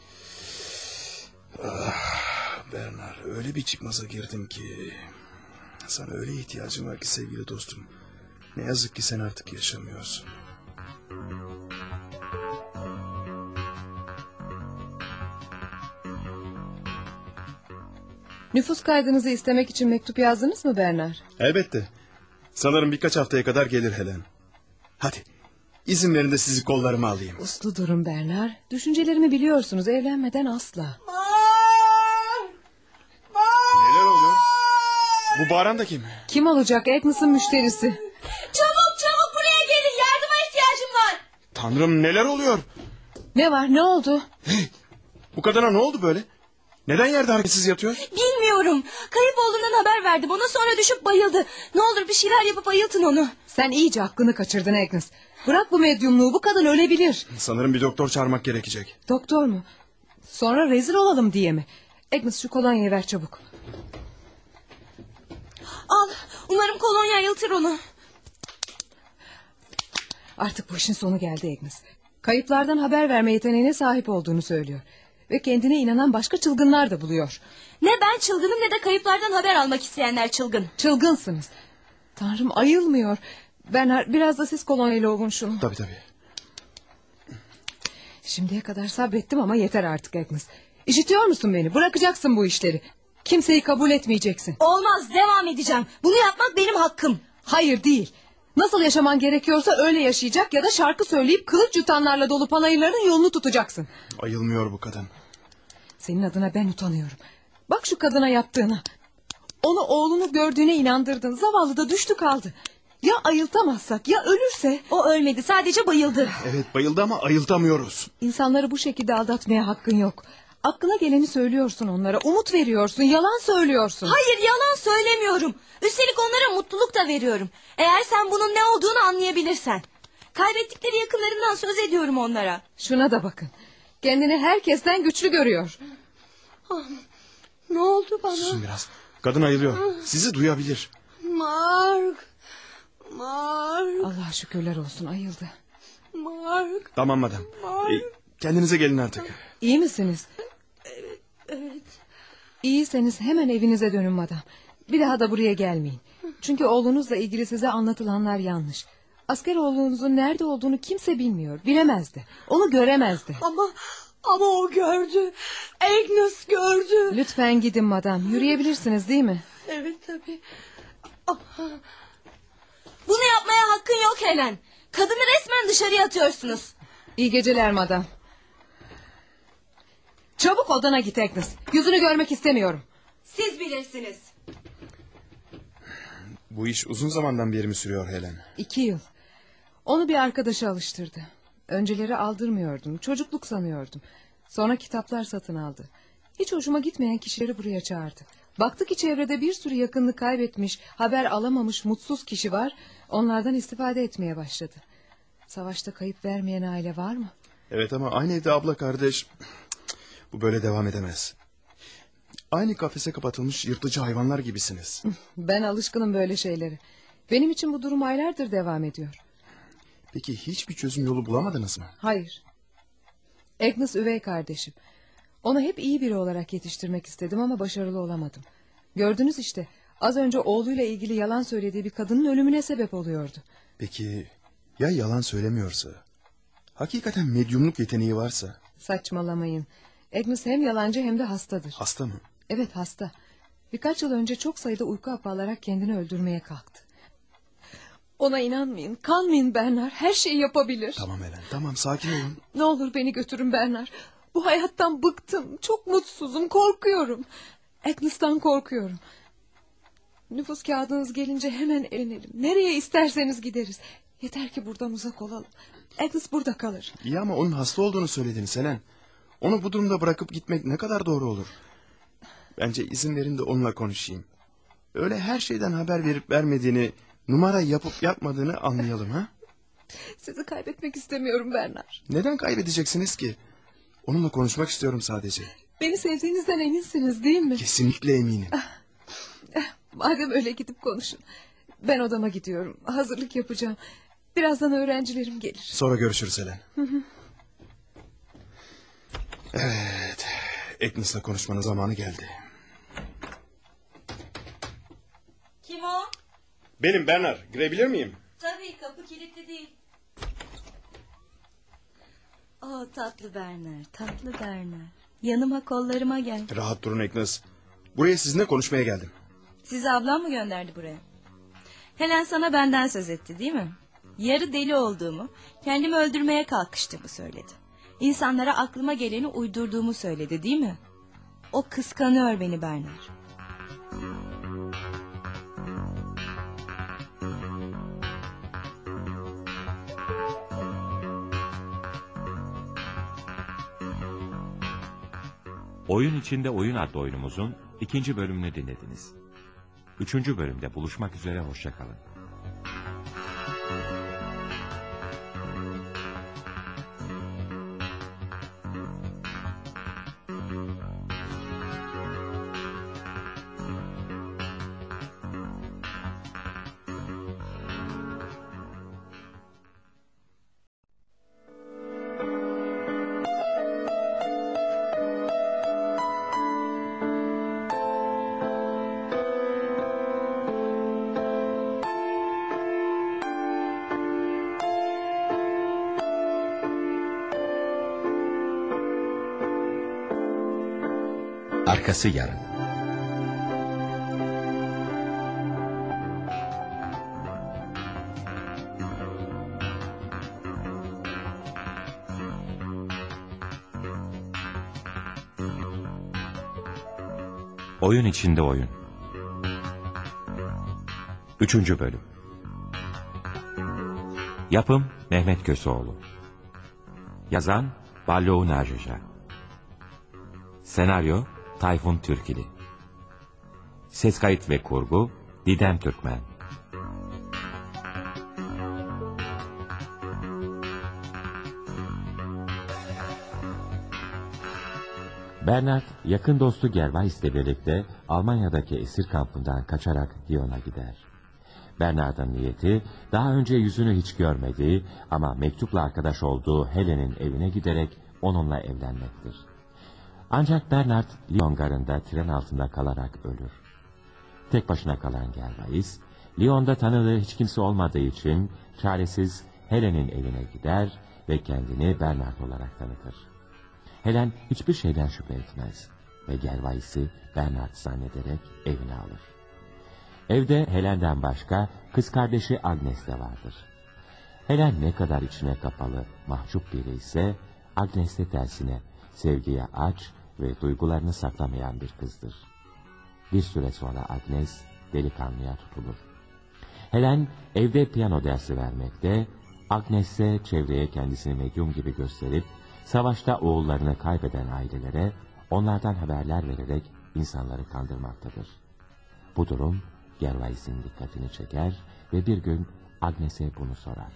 Bernard, öyle bir çıkmaza girdim ki... Sana öyle ihtiyacım var ki sevgili dostum. Ne yazık ki sen artık yaşamıyorsun. Nüfus kaydınızı istemek için mektup yazdınız mı Bernard? Elbette. Sanırım birkaç haftaya kadar gelir Helen. Hadi izin verin de sizi kollarıma alayım. Uslu durun Bernard. Düşüncelerimi biliyorsunuz, evlenmeden asla. Neler oluyor? Bu bağıran da kim? Kim olacak? Agnes'ın müşterisi. Çabuk buraya gelin, yardıma ihtiyacım var. Tanrım, neler oluyor? Ne var, ne oldu? Hey, bu kadına ne oldu böyle? Neden yerde hareketsiz yatıyor? Bilmiyorum. Kayıp olduğundan haber verdim. Ona sonra düşüp bayıldı. Ne olur bir şeyler yapıp ayıltın onu. Sen iyice aklını kaçırdın Agnes. Bırak bu medyumluğu, bu kadın ölebilir. Sanırım bir doktor çağırmak gerekecek. Doktor mu? Sonra rezil olalım diye mi? Agnes, şu kolonyayı ver çabuk. Al. Umarım kolonya ayıltır onu. Artık bu işin sonu geldi Agnes. Kayıplardan haber verme yeteneğine sahip olduğunu söylüyor. Ve kendine inanan başka çılgınlar da buluyor. Ne ben çılgınım ne de kayıplardan haber almak isteyenler çılgın. Çılgınsınız. Tanrım, ayılmıyor. Bernard, biraz da siz kolonyayla ovun şunu. Tabii. Şimdiye kadar sabrettim ama yeter artık Agnes. İşitiyor musun beni? Bırakacaksın bu işleri. Kimseyi kabul etmeyeceksin. Olmaz, devam edeceğim. Bunu yapmak benim hakkım. Hayır, değil. Nasıl yaşaman gerekiyorsa öyle yaşayacak ya da şarkı söyleyip kılıç yutanlarla dolu panayırların yolunu tutacaksın. Ayılmıyor bu kadın. Senin adına ben utanıyorum. Bak şu kadına yaptığına. Onu oğlunu gördüğüne inandırdın. Zavallı da düştü kaldı. Ya ayıltamazsak, ya ölürse? O ölmedi, sadece bayıldı. Evet, bayıldı ama ayıltamıyoruz. İnsanları bu şekilde aldatmaya hakkın yok. Aklına geleni söylüyorsun onlara. Umut veriyorsun, yalan söylüyorsun. Hayır, yalan söylemiyorum. Üstelik onlara mutluluk da veriyorum. Eğer sen bunun ne olduğunu anlayabilirsen. Kaybettikleri yakınlarından söz ediyorum onlara. Şuna da bakın. Kendini herkesten güçlü görüyor. Ne oldu bana? Susun biraz. Kadın ayılıyor. Sizi duyabilir. Mark. Allah'a şükürler olsun, ayıldı. Mark. Tamam madem. Kendinize gelin artık. İyi misiniz? Evet. İyiyseniz hemen evinize dönün madam. Bir daha da buraya gelmeyin. Çünkü oğlunuzla ilgili size anlatılanlar yanlış. Asker oğlunuzun nerede olduğunu kimse bilmiyor. Bilemezdi. Onu göremezdi. Ama o gördü. Agnes gördü. Lütfen gidin madam. Yürüyebilirsiniz değil mi? Evet tabii. Bunu yapmaya hakkın yok Helen. Kadını resmen dışarıya atıyorsunuz. İyi geceler madam. Çabuk odana git Agnes. Yüzünü görmek istemiyorum. Siz bilirsiniz. Bu iş uzun zamandan beri mi sürüyor Helen? 2 yıl. Onu bir arkadaşa alıştırdı. Önceleri aldırmıyordum. Çocukluk sanıyordum. Sonra kitaplar satın aldı. Hiç hoşuma gitmeyen kişileri buraya çağırdı. Baktı ki çevrede bir sürü yakınını kaybetmiş, haber alamamış mutsuz kişi var. Onlardan istifade etmeye başladı. Savaşta kayıp vermeyen aile var mı? Evet ama aynı evde abla kardeş. Bu böyle devam edemez. Aynı kafese kapatılmış yırtıcı hayvanlar gibisiniz. Ben alışkınım böyle şeyleri. Benim için bu durum aylardır devam ediyor. Peki hiçbir çözüm yolu bulamadınız mı? Hayır. Agnes üvey kardeşim. Onu hep iyi biri olarak yetiştirmek istedim ama başarılı olamadım. Gördünüz işte, az önce oğluyla ilgili yalan söylediği bir kadının ölümüne sebep oluyordu. Peki ya yalan söylemiyorsa? Hakikaten medyumluk yeteneği varsa? Saçmalamayın. Agnes hem yalancı hem de hastadır. Hasta mı? Evet, hasta. Birkaç yıl önce çok sayıda uyku hapı alarak kendini öldürmeye kalktı. Ona inanmayın, kanmayın Bernard. Her şeyi yapabilir. Tamam Helen, tamam, sakin olun. Ne olur beni götürün Bernard. Bu hayattan bıktım. Çok mutsuzum, korkuyorum. Agnes'tan korkuyorum. Nüfus kağıdınız gelince hemen evlenelim. Nereye isterseniz gideriz. Yeter ki buradan uzak olalım. Agnes burada kalır. İyi ama onun hasta olduğunu söylediniz Helen. Onu bu durumda bırakıp gitmek ne kadar doğru olur? Bence izin verin de onunla konuşayım. Öyle her şeyden haber verip vermediğini, Numara yapıp yapmadığını anlayalım ha? Sizi kaybetmek istemiyorum Bernard. Neden kaybedeceksiniz ki? Onunla konuşmak istiyorum sadece. Beni sevdiğinizden eminsiniz değil mi? Kesinlikle eminim. Madem öyle gidip konuşun. Ben odama gidiyorum. Hazırlık yapacağım. Birazdan öğrencilerim gelir. Sonra görüşürüz Helen. Evet. Agnes'la konuşmanın zamanı geldi. Kim o? Benim Bernard. Girebilir miyim? Tabii, kapı kilitli değil. Tatlı Bernard, tatlı Bernard. Yanıma, kollarıma gel. Rahat durun Agnes. Buraya sizinle konuşmaya geldim. Sizi ablam mı gönderdi buraya? Helen sana benden söz etti değil mi? Yarı deli olduğumu, kendimi öldürmeye kalkıştığımı söyledi. İnsanlara aklıma geleni uydurduğumu söyledi değil mi? O kıskanıyor beni Bernard. Oyun içinde Oyun adlı oyunumuzun 2. bölümünü dinlediniz. 3. bölümde buluşmak üzere, hoşça kalın. Arkası yarın. Oyun içinde oyun. 3. bölüm. Yapım Mehmet Köseoğlu. Yazan Ballo Najaja. Senaryo Tayfun Türkili. Ses kayıt ve kurgu Didem Türkmen. Bernard yakın dostu Gervais ile birlikte Almanya'daki esir kampından kaçarak Lyon'a gider. Bernard'ın niyeti daha önce yüzünü hiç görmediği ama mektupla arkadaş olduğu Helen'in evine giderek onunla evlenmektir. Ancak Bernard Lyon garında tren altında kalarak ölür. Tek başına kalan Gervais, Lyon'da tanıdığı hiç kimse olmadığı için çaresiz Helen'in evine gider ve kendini Bernard olarak tanıtır. Helen hiçbir şeyden şüphe etmez ve Gervais'i Bernard zannederek evine alır. Evde Helen'den başka kız kardeşi Agnes de vardır. Helen ne kadar içine kapalı, mahcup biri ise Agnes de tersine sevgiye aç ve duygularını saklamayan bir kızdır. Bir süre sonra Agnes delikanlıya tutulur. Helen evde piyano dersi vermekte, Agnes ise çevreye kendisini medyum gibi gösterip savaşta oğullarını kaybeden ailelere onlardan haberler vererek insanları kandırmaktadır. Bu durum Gervais'in dikkatini çeker ve bir gün Agnes'e bunu sorar.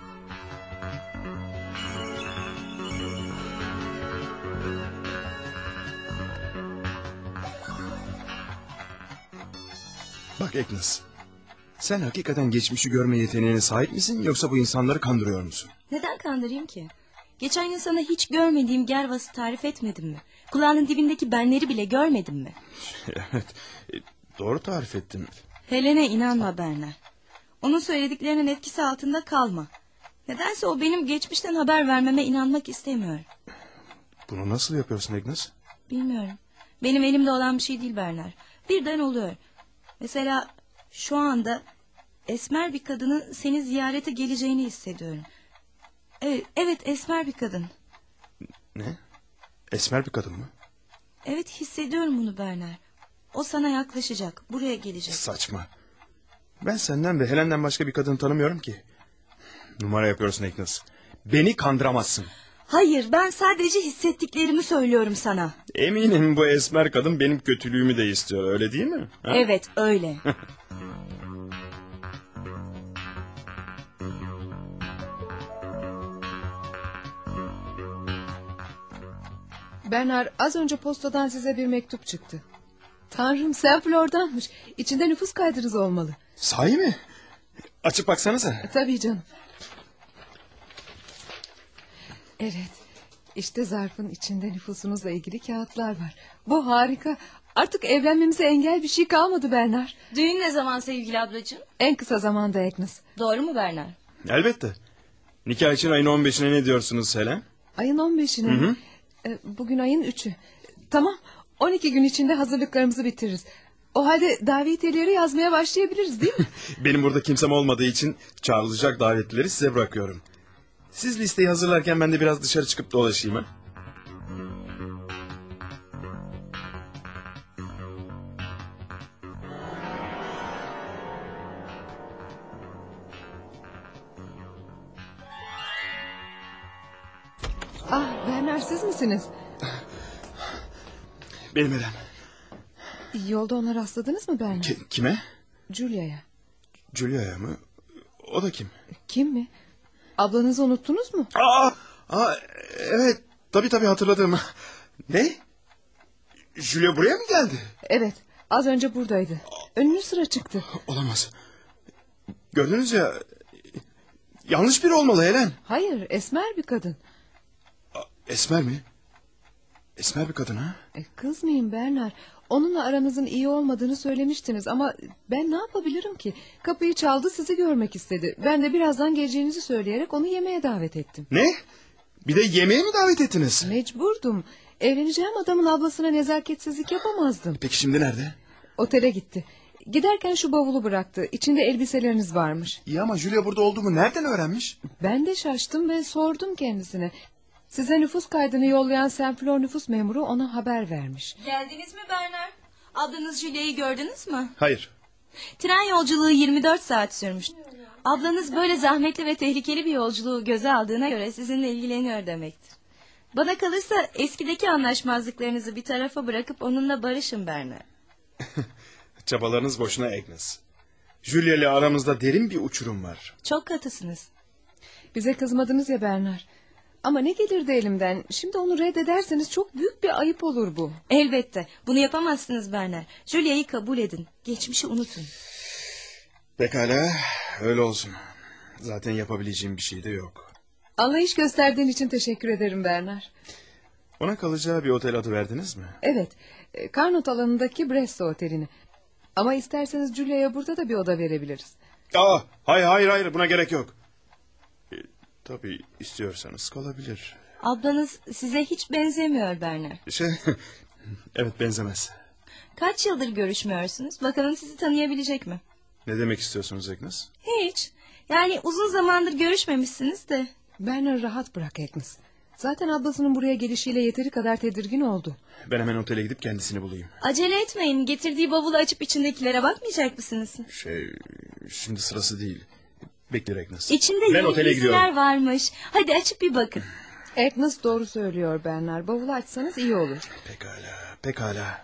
Bak Agnes, sen hakikaten geçmişi görme yeteneğine sahip misin yoksa bu insanları kandırıyor musun? Neden kandırayım ki? Geçen gün sana hiç görmediğim Gervas'ı tarif etmedim mi? Kulağının dibindeki benleri bile görmedin mi? Evet, doğru tarif ettin. Helen'e inanma Bernard. Onun söylediklerinin etkisi altında kalma. Nedense o benim geçmişten haber vermeme inanmak istemiyor. Bunu nasıl yapıyorsun Agnes? Bilmiyorum. Benim elimde olan bir şey değil Bernard. Birden oluyor. Mesela şu anda esmer bir kadının seni ziyarete geleceğini hissediyorum. Evet esmer bir kadın. Ne? Esmer bir kadın mı? Evet hissediyorum bunu Bernard. O sana yaklaşacak, buraya gelecek. Saçma. Ben senden ve Helen'den başka bir kadın tanımıyorum ki. Numara yapıyorsun Agnes. Beni kandıramazsın. Hayır, ben sadece hissettiklerimi söylüyorum sana. Eminim bu esmer kadın benim kötülüğümü de istiyor, öyle değil mi? Ha? Evet, öyle. Bernard, az önce postadan size bir mektup çıktı. Tanrım, Saint-Flour'danmış. İçinde nüfus kaydınız olmalı. Sahi mi? Açıp baksanıza. Tabii canım. Evet. İşte zarfın içinde nüfusunuzla ilgili kağıtlar var. Bu harika. Artık evlenmemize engel bir şey kalmadı Bernard. Düğün ne zaman sevgili ablacığım? En kısa zamanda Agnes. Doğru mu Bernard? Elbette. Nikah için ayın 15'ine ne diyorsunuz Helen? Ayın 15'ine. Hı hı. Bugün ayın 3'ü. Tamam, 12 gün içinde hazırlıklarımızı bitiririz. O halde davetiyeleri yazmaya başlayabiliriz değil mi? Benim burada kimsem olmadığı için çağrılacak davetlileri size bırakıyorum. Siz listeyi hazırlarken ben de biraz dışarı çıkıp dolaşayım ha. Ah, Bernard, siz misiniz? Benim Helen. Yolda ona rastladınız mı Bernard? Kime? Julia'ya. Julia'ya mı? O da kim? Kim mi? Ablanızı unuttunuz mu? Evet, tabii hatırladım. Ne? Julia buraya mı geldi? Evet, az önce buradaydı. Önünü sıra çıktı. Olamaz. Gördünüz ya, yanlış biri olmalı Helen. Hayır, esmer bir kadın. Esmer mi? Esmer bir kadın ha? Kızmayın Bernard. Onunla aranızın iyi olmadığını söylemiştiniz ama ben ne yapabilirim ki? Kapıyı çaldı, sizi görmek istedi. Ben de birazdan geleceğinizi söyleyerek onu yemeğe davet ettim. Ne? Bir de yemeğe mi davet ettiniz? Mecburdum. Evleneceğim adamın ablasına nezaketsizlik yapamazdım. Peki şimdi nerede? Otele gitti. Giderken şu bavulu bıraktı. İçinde elbiseleriniz varmış. İyi ama Julia burada olduğumu nereden öğrenmiş? Ben de şaştım ve sordum kendisine. Size nüfus kaydını yollayan Saint-Flour nüfus memuru ona haber vermiş. Geldiniz mi Bernard? Ablanız Julia'yı gördünüz mü? Hayır. Tren yolculuğu 24 saat sürmüş. Ablanız böyle zahmetli ve tehlikeli bir yolculuğu göze aldığına göre sizinle ilgileniyor demektir. Bana kalırsa eskideki anlaşmazlıklarınızı bir tarafa bırakıp onunla barışın Bernard. Çabalarınız boşuna Agnes. Julia ile aramızda derin bir uçurum var. Çok katısınız. Bize kızmadınız ya Bernard. Ama ne gelirdi elimden? Şimdi onu reddederseniz çok büyük bir ayıp olur bu. Elbette. Bunu yapamazsınız Bernard. Julia'yı kabul edin. Geçmişi unutun. Pekala, öyle olsun. Zaten yapabileceğim bir şey de yok. Anlayış gösterdiğin için teşekkür ederim Bernard. Ona kalacağı bir otel adı verdiniz mi? Evet, Carnot alanındaki Bresto Oteli'ni. Ama isterseniz Julia'ya burada da bir oda verebiliriz. Hayır, buna gerek yok. Tabii istiyorsanız kalabilir. Ablanız size hiç benzemiyor Bernard. Evet, benzemez. Kaç yıldır görüşmüyorsunuz? Bakalım sizi tanıyabilecek mi? Ne demek istiyorsunuz Agnes? Hiç. Yani uzun zamandır görüşmemişsiniz de. Bernard rahat bırak Agnes. Zaten ablasının buraya gelişiyle yeteri kadar tedirgin oldu. Ben hemen otele gidip kendisini bulayım. Acele etmeyin. Getirdiği bavulu açıp içindekilere bakmayacak mısınız? Şimdi sırası değil. Bekle Agnes. İçinde ben yeni otele giysiler gidiyorum. varmış. Hadi açıp bir bakın. Agnes doğru söylüyor Bernard. Bavulu açsanız iyi olur. Pekala.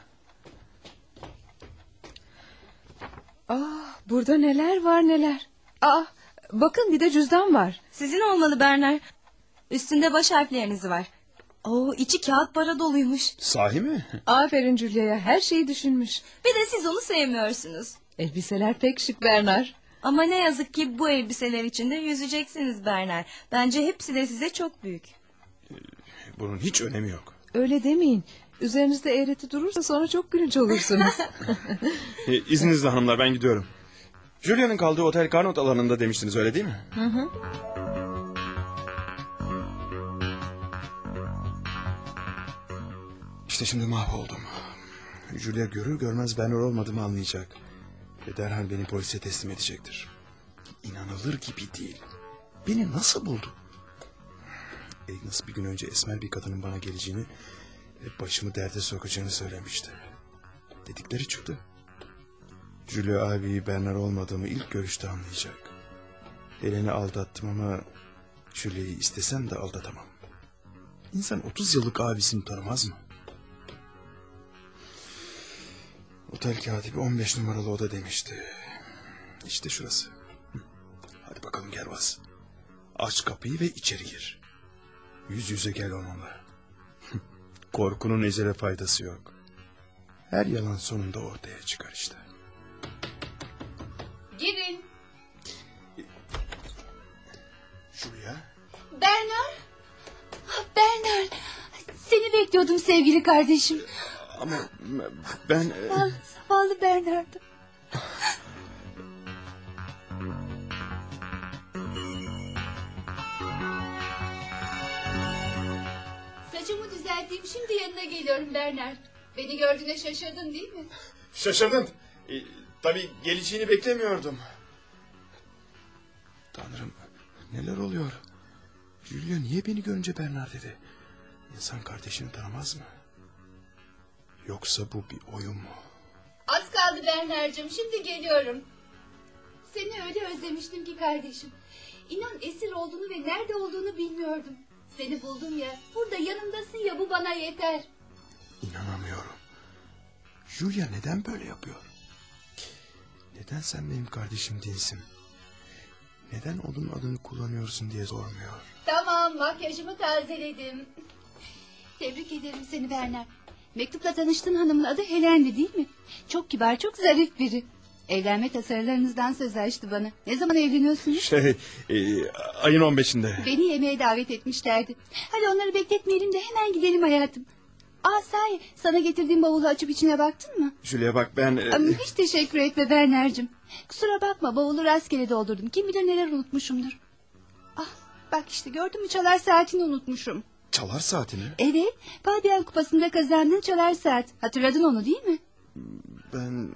Burada neler var neler. Bakın bir de cüzdan var. Sizin olmalı Bernard. Üstünde baş harfleriniz var. İçi kağıt para doluymuş. Sahi mi? Aferin Julia'ya, her şeyi düşünmüş. Bir de siz onu sevmiyorsunuz. Elbiseler pek şık Bernard. Ama ne yazık ki bu elbiseler içinde yüzeceksiniz Bernard. Bence hepsi de size çok büyük. Bunun hiç önemi yok. Öyle demeyin. Üzerinizde eğreti durursa sonra çok gülünç olursunuz. İzninizle hanımlar, ben gidiyorum. Julia'nın kaldığı otel Carnot alanında demiştiniz, öyle değil mi? Hı. İşte şimdi mahvoldum. Julia görür görmez Bernard olmadığımı anlayacak. Ve derhal beni polise teslim edecektir. İnanılır gibi değil. Beni nasıl buldu? Agnes bir gün önce esmer bir kadının bana geleceğini ve başımı derde sokacağını söylemişti. Dedikleri çıktı. Julia abiyi Bernard olmadığımı ilk görüşte anlayacak. Helen'i aldattım ama Julia'yı istesem de aldatamam. İnsan 30 yıllık abisini tanımaz mı? Otel katibi 15 numaralı oda demişti. İşte şurası. Hadi bakalım Gervas. Aç kapıyı ve içeri gir. Yüz yüze gel onunla. Korkunun ecele faydası yok. Her yalan sonunda ortaya çıkar işte. Girin. Julia. Bernard. Bernard. Seni bekliyordum sevgili kardeşim. Ama ben... Zavallı Bernard. Saçımı düzelteyim, şimdi yanına geliyorum Bernard. Beni gördüğüne şaşırdın değil mi? Şaşırdım. Tabii geleceğini beklemiyordum. Tanrım, neler oluyor? Julia niye beni görünce Bernard dedi? İnsan kardeşini tanımaz mı? Yoksa bu bir oyun mu? Az kaldı Bernard'cığım, şimdi geliyorum. Seni öyle özlemiştim ki kardeşim. İnan esir olduğunu ve nerede olduğunu bilmiyordum. Seni buldum ya, burada yanımdasın ya, bu bana yeter. İnanamıyorum. Julia neden böyle yapıyor? Neden sen benim kardeşim değilsin? Neden onun adını kullanıyorsun diye sormuyor. Tamam, makyajımı tazeledim. Tebrik ederim seni Bernard. Mektupla tanıştığın hanımın adı Helen'di değil mi? Çok kibar, çok zarif biri. Evlenme tasarılarınızdan söz açtı bana. Ne zaman evleniyorsunuz? Ayın 15'inde. Beni yemeğe davet etmişlerdi. Hadi onları bekletmeyelim de hemen gidelim hayatım. Sahi, sana getirdiğim bavulu açıp içine baktın mı? Julia bak ben... Hiç teşekkür etme Bernard'cığım. Kusura bakma, bavulu rastgele doldurdum. Kim bilir neler unutmuşumdur. Bak işte, gördün mü, çalar saatini unutmuşum. Çalar saatini? Evet, Fabian kupasında kazandığın çalar saat. Hatırladın onu değil mi? Ben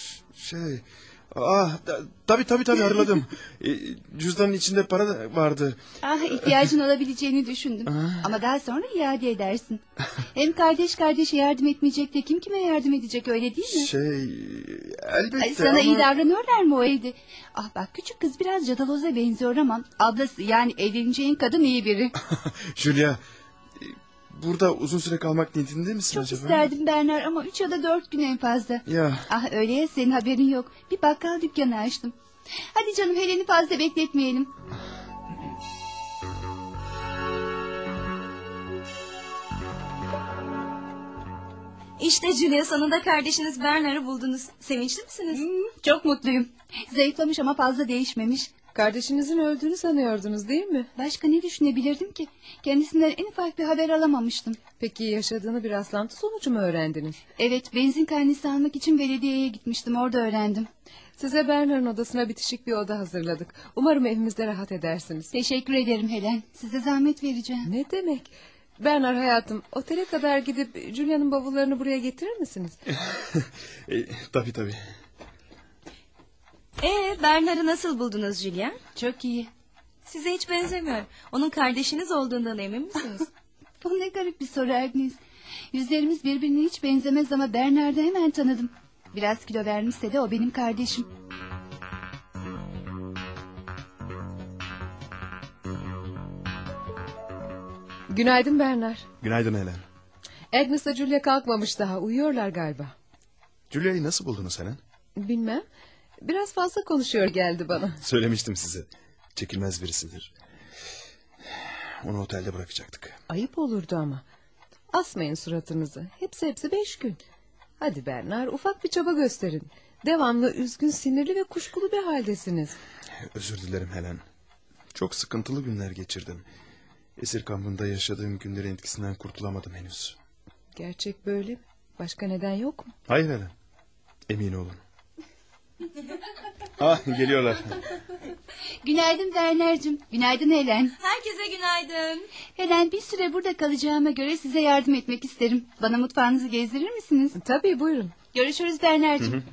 tabii hatırladım. Cüzdanın içinde para da vardı. İhtiyacın olabileceğini düşündüm. Ama daha sonra iade edersin. Hem kardeş kardeşe yardım etmeyecek de kim kime yardım edecek, öyle değil mi? Elbette Sana ama... iyi davranıyorlar mı o evde? Bak, küçük kız biraz cadaloza benziyor ama ablası, yani evleneceğin kadın iyi biri. Julia, burada uzun süre kalmak niyetinde misin Çok acaba? Çok isterdim Bernard ama 3 ya da 4 gün en fazla. Ya. Öyle ya, senin haberin yok. Bir bakkal dükkanı açtım. Hadi canım, Helen'i fazla bekletmeyelim. İşte Julia, sonunda kardeşiniz Bernard'ı buldunuz. Sevinçli misiniz? Çok mutluyum. Zayıflamış ama fazla değişmemiş. Kardeşinizin öldüğünü sanıyordunuz değil mi? Başka ne düşünebilirdim ki? Kendisinden en ufak bir haber alamamıştım. Peki yaşadığını bir rastlantı sonucu mu öğrendiniz? Evet, benzin karnesi almak için belediyeye gitmiştim, orada öğrendim. Size Bernard'ın odasına bitişik bir oda hazırladık. Umarım evimizde rahat edersiniz. Teşekkür ederim Helen. Size zahmet vereceğim. Ne demek? Bernard hayatım, otele kadar gidip Julia'nın bavullarını buraya getirir misiniz? Tabii. Bernard'ı nasıl buldunuz Julia? Çok iyi. Size hiç benzemiyor. Onun kardeşiniz olduğundan emin misiniz? Bu ne garip bir soru Agnes. Yüzlerimiz birbirine hiç benzemez ama Bernard'ı hemen tanıdım. Biraz kilo vermişse de o benim kardeşim. Günaydın Bernard. Günaydın Helen. Agnes'la Julia kalkmamış daha, uyuyorlar galiba. Julia'yı nasıl buldunuz Helen? Bilmem. Biraz fazla konuşuyor geldi bana. Söylemiştim size. Çekilmez birisidir. Onu otelde bırakacaktık. Ayıp olurdu ama. Asmayın suratınızı. Hepsi 5 gün. Hadi Bernard, ufak bir çaba gösterin. Devamlı üzgün, sinirli ve kuşkulu bir haldesiniz. Özür dilerim Helen. Çok sıkıntılı günler geçirdim. Esir kampında yaşadığım günlerin etkisinden kurtulamadım henüz. Gerçek böyle mi? Başka neden yok mu? Hayır Helen. Emin olun. Geliyorlar. Günaydın Bernard'cığım. Günaydın Helen. Herkese günaydın. Helen, bir süre burada kalacağıma göre size yardım etmek isterim. Bana mutfağınızı gezdirir misiniz? Tabii, buyurun. Görüşürüz Bernard'cığım.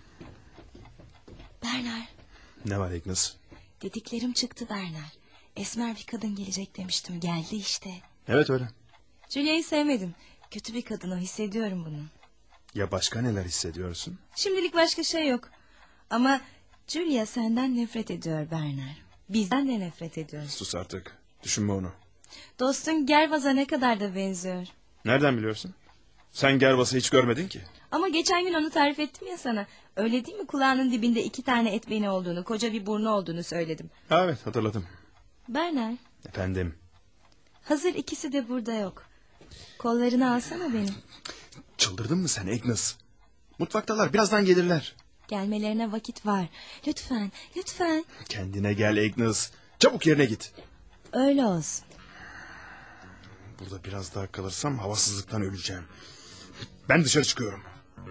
Bernard. Ne var Agnes? Dediklerim çıktı Bernard. Esmer bir kadın gelecek demiştim, geldi işte. Evet öyle. Julia'yı sevmedim. Kötü bir kadın o, hissediyorum bunu. Ya başka neler hissediyorsun? Şimdilik başka şey yok. Ama Julia senden nefret ediyor Bernard. Bizden de nefret ediyor. Sus artık. Düşünme onu. Dostun Gervaz'a ne kadar da benziyor. Nereden biliyorsun? Sen Gervas'ı hiç görmedin ki. Ama geçen gün onu tarif ettim ya sana. Öyle değil mi, kulağının dibinde 2 tane et beni olduğunu, koca bir burnu olduğunu söyledim. Evet, hatırladım. Bernard. Efendim? Hazır ikisi de burada yok. Kollarını alsana benim. Çıldırdın mı sen Agnes? Mutfaktalar, birazdan gelirler. Gelmelerine vakit var. Lütfen, lütfen. Kendine gel Agnes. Çabuk yerine git. Öyle olsun. Burada biraz daha kalırsam havasızlıktan öleceğim. Ben dışarı çıkıyorum.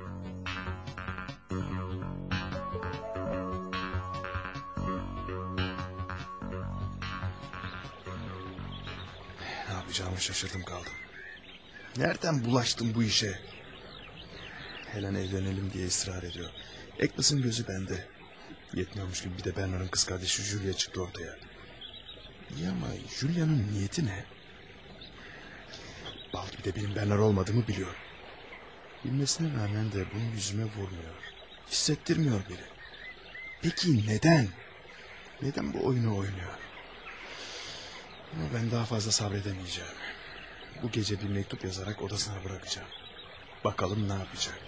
Ne yapacağımı şaşırdım kaldım. Nereden bulaştım bu işe? Helen evlenelim diye ısrar ediyor. Agnes'in gözü bende. Yetmiyormuş gibi bir de Bernard'ın kız kardeşi Julia çıktı ortaya. İyi ama Julia'nın niyeti ne? Bal gibi de benim Bernard olmadığımı biliyor. Bilmesine rağmen de bunu yüzüme vurmuyor. Hissettirmiyor bile. Peki neden? Neden bu oyunu oynuyor? Ama ben daha fazla sabredemeyeceğim. Bu gece bir mektup yazarak odasına bırakacağım. Bakalım ne yapacak.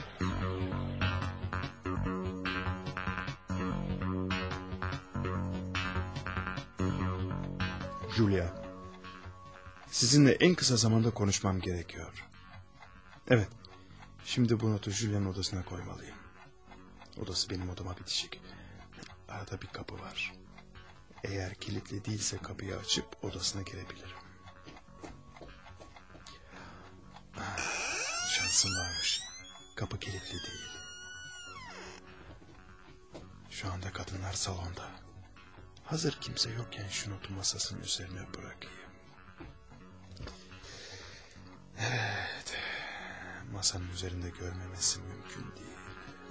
Julia, sizinle en kısa zamanda konuşmam gerekiyor. Evet, şimdi bu notu Julia'nın odasına koymalıyım. Odası benim odama bitişik. Arada bir kapı var. Eğer kilitli değilse kapıyı açıp odasına girebilirim. Şansım varmış. Kapı kilitli değil. Şu anda kadınlar salonda. Hazır kimse yokken şu notu masasının üzerine bırakayım. Evet. Masanın üzerinde görmemesi mümkün değil.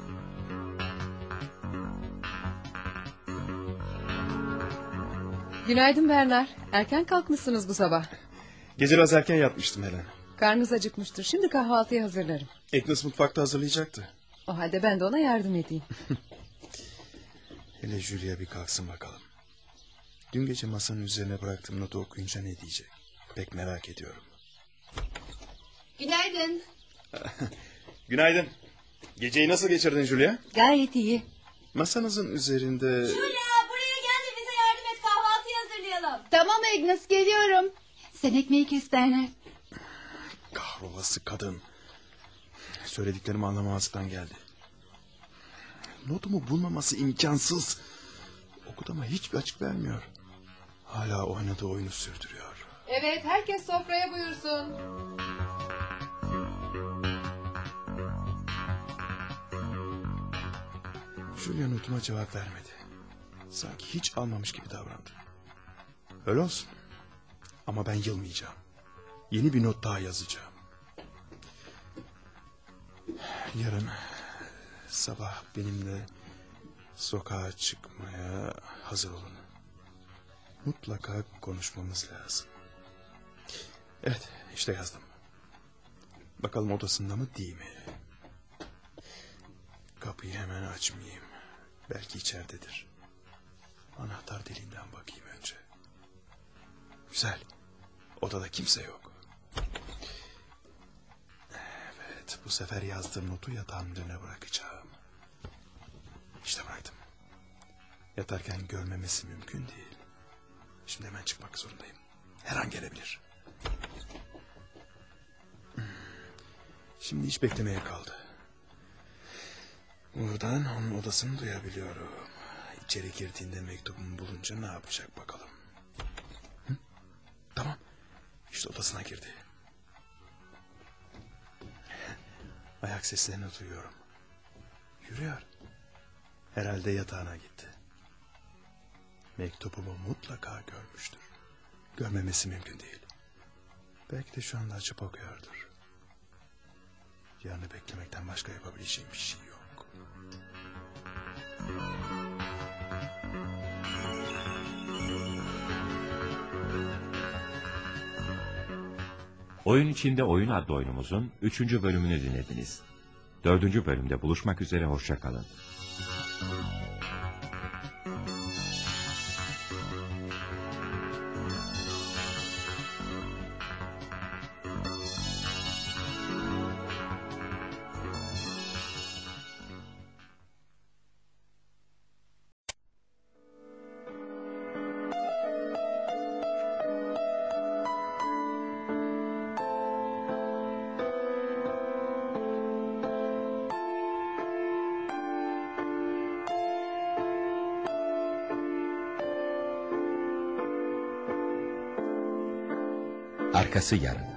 Günaydın Bernard. Erken kalkmışsınız bu sabah. Gece biraz erken yatmıştım Helen. Karnınız acıkmıştır. Şimdi kahvaltıyı hazırlarım. Agnes mutfakta hazırlayacaktı. O halde ben de ona yardım edeyim. Hele Julia bir kalksın bakalım. Dün gece masanın üzerine bıraktığım notu okuyunca ne diyecek? Pek merak ediyorum. Günaydın. Günaydın. Geceyi nasıl geçirdin Julia? Gayet iyi. Masanızın üzerinde... Julia buraya gel de bize yardım et, kahvaltıyı hazırlayalım. Tamam Agnes, geliyorum. Sen ekmeği kes Bernard. Kahrolası kadın. Söylediklerimi anlamazlıktan geldi. Notumu bulmaması imkansız. Okudu ama hiçbir açık vermiyor. Hala oynadığı oyunu sürdürüyor. Evet, herkes sofraya buyursun. Julia notuma cevap vermedi. Sanki hiç almamış gibi davrandı. Öyle olsun. Ama ben yılmayacağım. Yeni bir not daha yazacağım. Yarın sabah benimle sokağa çıkmaya hazır olun. Mutlaka konuşmamız lazım. Evet, işte yazdım. Bakalım odasında mı değil mi? Kapıyı hemen açmayayım. Belki içeridedir. Anahtar deliğinden bakayım önce. Güzel. Odada kimse yok. Evet, bu sefer yazdığım notu yatağın önüne bırakacağım. İşte bıraktım. Yatarken görmemesi mümkün değil. Şimdi hemen çıkmak zorundayım. Her an gelebilir. Şimdi hiç beklemeye kaldı. Buradan onun odasını duyabiliyorum. İçeri girdiğinde mektubumu bulunca ne yapacak bakalım. Hı? Tamam. İşte odasına girdi. Ayak seslerini duyuyorum. Yürüyor. Herhalde yatağına gitti. Mektubumu mutlaka görmüştür. Görmemesi mümkün değil. Belki de şu anda açıp okuyordur. Yarını beklemekten başka yapabileceğim bir şey yok. Oyun içinde Oyun adlı oyunumuzun 3. bölümünü dinlediniz. 4. bölümde buluşmak üzere, hoşça kalın. Arkası yarın.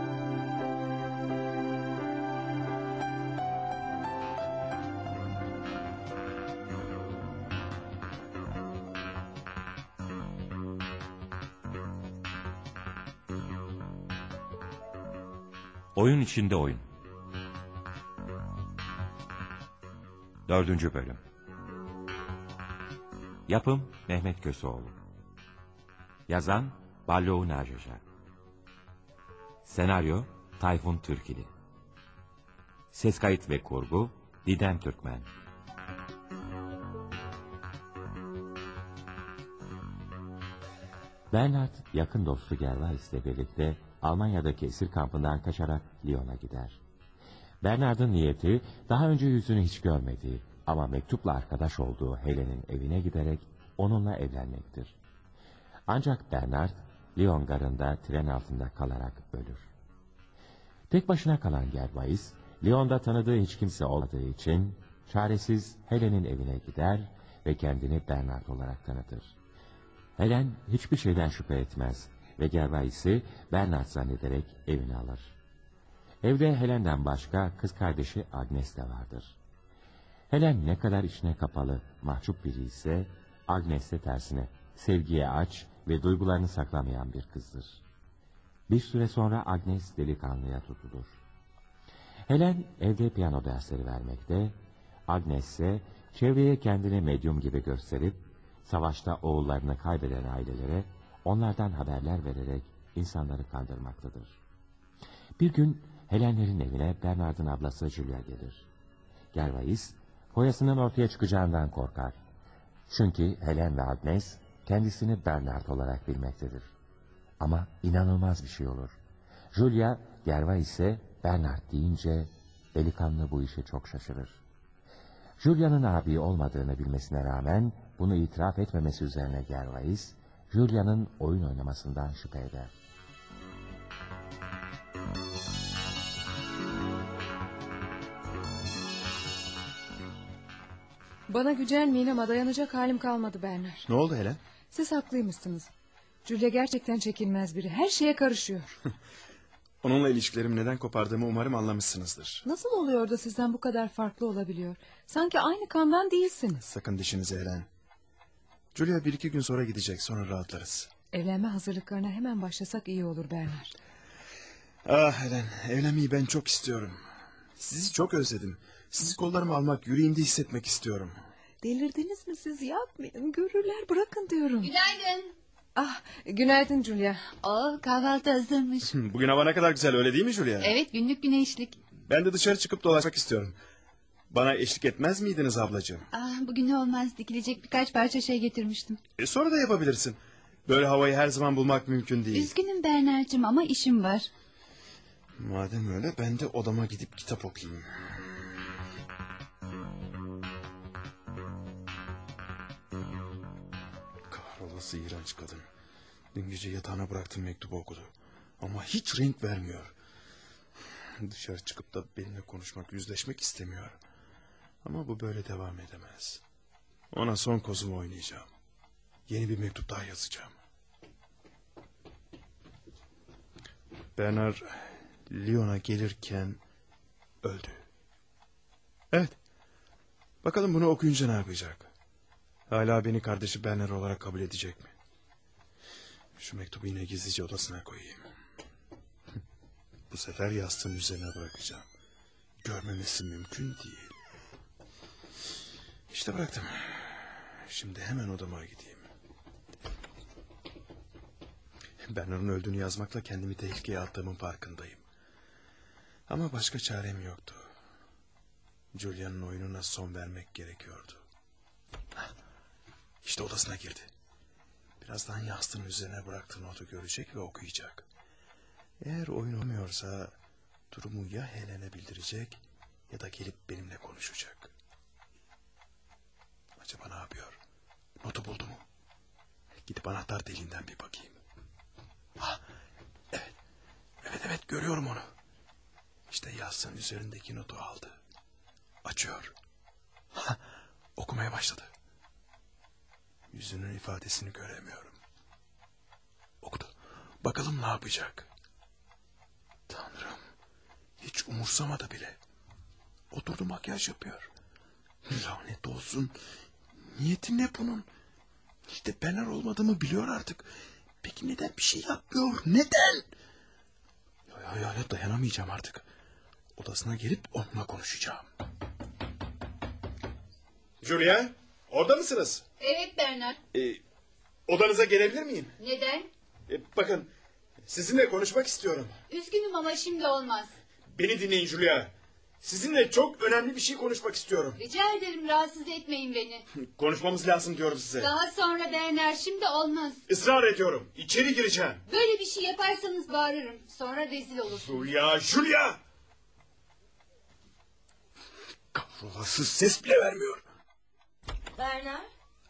Oyun içinde oyun. 4. bölüm. Yapım Mehmet Köseoğlu. Yazan Ballo Najaja. Senaryo Tayfun Türkili. Ses kayıt ve kurgu Didem Türkmen. Bernard yakın dostu Gervais ile birlikte Almanya'daki esir kampından kaçarak Lyon'a gider. Bernard'ın niyeti daha önce yüzünü hiç görmediği ama mektupla arkadaş olduğu Helen'in evine giderek onunla evlenmektir. Ancak Bernard Lyon garında tren altında kalarak ölür. Tek başına kalan Gervais, Lyon'da tanıdığı hiç kimse olmadığı için çaresiz Helen'in evine gider ve kendini Bernard olarak tanıtır. Helen hiçbir şeyden şüphe etmez ve Gervais'i Bernard zannederek evine alır. Evde Helen'den başka kız kardeşi Agnes de vardır. Helen ne kadar içine kapalı, mahcup biri ise Agnes de tersine sevgiye aç ve duygularını saklamayan bir kızdır. Bir süre sonra Agnes delikanlıya tutulur. Helen evde piyano dersleri vermekte, Agnes ise çevreye kendini medyum gibi gösterip savaşta oğullarını kaybeden ailelere onlardan haberler vererek insanları kandırmaktadır. Bir gün Helenlerin evine Bernard'ın ablası Julia gelir. Gervais, foyasının ortaya çıkacağından korkar. Çünkü Helen ve Agnes kendisini Bernard olarak bilmektedir. Ama inanılmaz bir şey olur. Julia, Gervais'e Bernard deyince delikanlı bu işe çok şaşırır. Julia'nın abi olmadığını bilmesine rağmen bunu itiraf etmemesi üzerine Gervais, Julia'nın oyun oynamasından şüphe eder. Bana gücenmeyin ama dayanacak halim kalmadı Bernard. Ne oldu Helen? Siz haklıymışsınız. Julia gerçekten çekilmez biri. Her şeye karışıyor. Onunla ilişkilerimi neden kopardığımı umarım anlamışsınızdır. Nasıl oluyor da sizden bu kadar farklı olabiliyor? Sanki aynı kandan değilsiniz. Sakın dişinizi Helen. Julia 1-2 gün sonra gidecek, sonra rahatlarız. Evlenme hazırlıklarına hemen başlasak iyi olur Bernard. Ah Helen, evlenmeyi ben çok istiyorum. Sizi çok özledim. Sizi kollarıma almak, yüreğimde hissetmek istiyorum. Delirdiniz mi siz? Yapmayın, görürler, bırakın diyorum. Günaydın. Ah, günaydın Julia. Kahvaltı hazırmış. Bugün hava ne kadar güzel, öyle değil mi Julia? Evet, günlük güneşlik. Ben de dışarı çıkıp dolaşmak istiyorum. Bana eşlik etmez miydiniz ablacığım? Bugün olmaz, dikilecek birkaç parça şey getirmiştim. Sonra da yapabilirsin. Böyle havayı her zaman bulmak mümkün değil. Üzgünüm Bernard'cığım ama işim var. Madem öyle ben de odama gidip kitap okuyayım. Kahrolası iğrenç kadın. Dün gece yatağına bıraktığım mektubu okudu. Ama hiç renk vermiyor. Dışarı çıkıp da benimle konuşmak, yüzleşmek istemiyor. Ama bu böyle devam edemez. Ona son kozumu oynayacağım. Yeni bir mektup daha yazacağım. Bernard Lyon'a gelirken öldü. Evet. Bakalım bunu okuyunca ne yapacak? Hala beni kardeşi Bernard olarak kabul edecek mi? Şu mektubu yine gizlice odasına koyayım. Bu sefer yastığın üzerine bırakacağım. Görmemesi mümkün değil. İşte bıraktım. Şimdi hemen odama gideyim. Bernard'ın öldüğünü yazmakla kendimi tehlikeye attığımın farkındayım. Ama başka çarem yoktu. Julia'nın oyununa son vermek gerekiyordu. İşte odasına girdi. Birazdan yastığın üzerine bıraktığı notu görecek ve okuyacak. Eğer oyun olmuyorsa durumu ya Helen'e bildirecek ya da gelip benimle konuşacak. Acaba ne yapıyor? Notu buldu mu? Gidip anahtar deliğinden bir bakayım. Evet görüyorum onu. İşte yastığın üzerindeki notu aldı. Açıyor. Okumaya başladı. Yüzünün ifadesini göremiyorum. Okudu. Bakalım ne yapacak? Hiç umursamadı bile. Oturdu makyaj yapıyor. Lanet olsun. Niyeti ne bunun? İşte Bernard olmadığımı biliyor artık. Peki neden bir şey yapmıyor? Neden? Ya, dayanamayacağım artık. Odasına gelip onunla konuşacağım. Julia, orada mısınız? Evet Bernard. Odanıza gelebilir miyim? Neden? Bakın, sizinle konuşmak istiyorum. Üzgünüm ama şimdi olmaz. Beni dinleyin Julia. Sizinle çok önemli bir şey konuşmak istiyorum. Rica ederim rahatsız etmeyin beni. Konuşmamız lazım diyorum size. Daha sonra Bernard, şimdi olmaz. Israr ediyorum. İçeri gireceğim. Böyle bir şey yaparsanız bağırırım. Sonra rezil olursunuz. Julia! Kahrolası ses bile vermiyor. Bernard,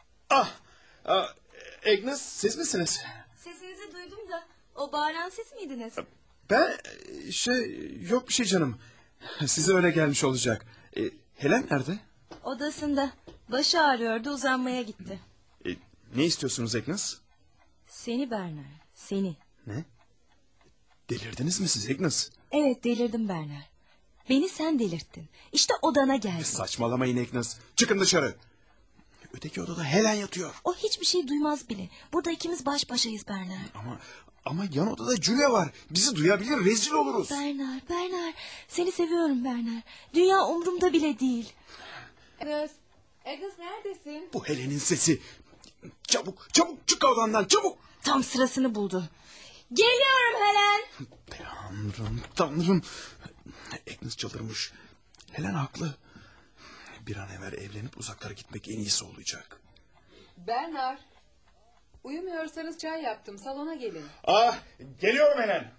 Agnes siz misiniz? sesinizi duydum da o bağıran siz miydiniz? Ben yok bir şey canım. Size öyle gelmiş olacak. Helen nerede? Odasında. Başı ağrıyordu, uzanmaya gitti. Ne istiyorsunuz Agnes? Seni Bernard, seni. Ne? Delirdiniz mi siz Agnes? Evet, delirdim Bernard. Beni sen delirttin. İşte odana geldim. Saçmalamayın Agnes. Çıkın dışarı. Öteki odada Helen yatıyor. O hiçbir şey duymaz bile. Burada ikimiz baş başayız Bernard. Ama yan odada Julia var. Bizi duyabilir, rezil oluruz. Bernard. Seni seviyorum Bernard. Dünya umurumda bile değil. Agnes neredesin? Bu Helen'in sesi. Çabuk çık odandan çabuk. Tam sırasını buldu. Geliyorum Helen. Tanrım. Agnes çıldırmış. Helen haklı. Bir an evvel evlenip uzaklara gitmek en iyisi olacak. Bernard. Uyumuyorsanız çay yaptım. Salona gelin. Geliyorum Helen.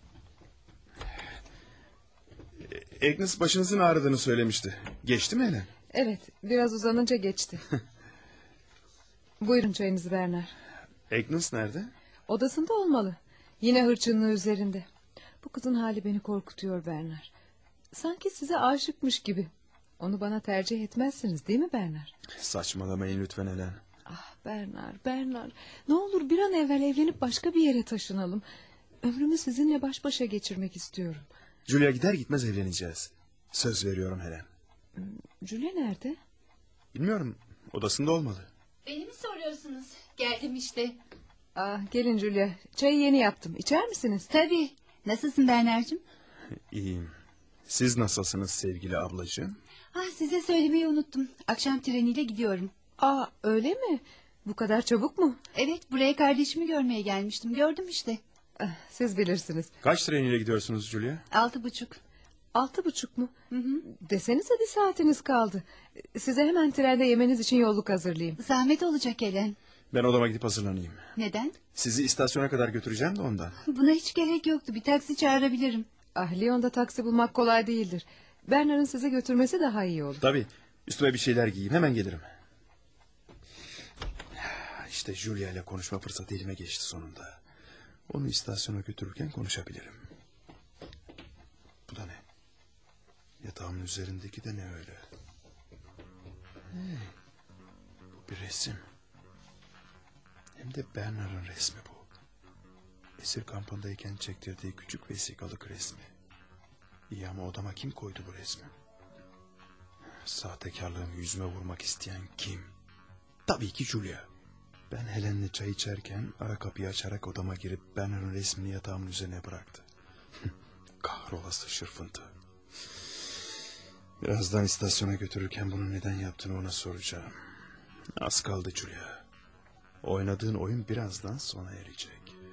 Agnes başınızın ağrıdığını söylemişti. Geçti mi Helen? Evet, biraz uzanınca geçti. Buyurun çayınızı Bernard. Agnes nerede? Odasında olmalı. Yine hırçınlığı üzerinde. Bu kızın hali beni korkutuyor Bernard. Sanki size aşıkmış gibi. Onu bana tercih etmezsiniz değil mi Bernard? Saçmalamayın lütfen Helen. Bernard. Ne olur bir an evvel evlenip başka bir yere taşınalım. Ömrümü sizinle baş başa geçirmek istiyorum. Julia gider gitmez evleneceğiz. Söz veriyorum Helen. Julia nerede? Bilmiyorum. Odasında olmalı. Beni mi soruyorsunuz? Geldim işte. Gelin Julia. Çayı yeni yaptım. İçer misiniz? Tabii. Nasılsın Bernard'cığım? İyiyim. Siz nasılsınız sevgili ablacığım? Size söylemeyi unuttum. Akşam treniyle gidiyorum. Öyle mi? Bu kadar çabuk mu? Evet, buraya kardeşimi görmeye gelmiştim. Gördüm işte. Siz bilirsiniz. Kaç treniyle gidiyorsunuz Julia? 6:30. 6:30 mu? Desenize bir saatiniz kaldı. Size hemen trende yemeniz için yolluk hazırlayayım. Zahmet olacak Helen. Ben odama gidip hazırlanayım. Neden? Sizi istasyona kadar götüreceğim de ondan. Buna hiç gerek yoktu. Bir taksi çağırabilirim. Lyon'da taksi bulmak kolay değildir. Bernard'ın sizi götürmesi daha iyi olur. Tabii. Üstüme bir şeyler giyeyim. Hemen gelirim. İşte Julia ile konuşma fırsatı elime geçti sonunda. Onu istasyona götürürken konuşabilirim. Bu da ne? Yatağımın üzerindeki de ne öyle? Bu bir resim. Hem de Bernard'ın resmi bu. Esir kampındayken çektirdiği küçük vesikalık resmi. İyi ama odama kim koydu bu resmi? Sahtekarlığımı yüzüme vurmak isteyen kim? Tabii ki Julia. Ben Helen'le çay içerken ara kapıyı açarak odama girip Bernard'ın resmini yatağımın üzerine bıraktı. Kahrolası şırfıntı. Birazdan istasyona götürürken bunu neden yaptığını ona soracağım. Az kaldı Julia. Oynadığın oyun birazdan sona erecek.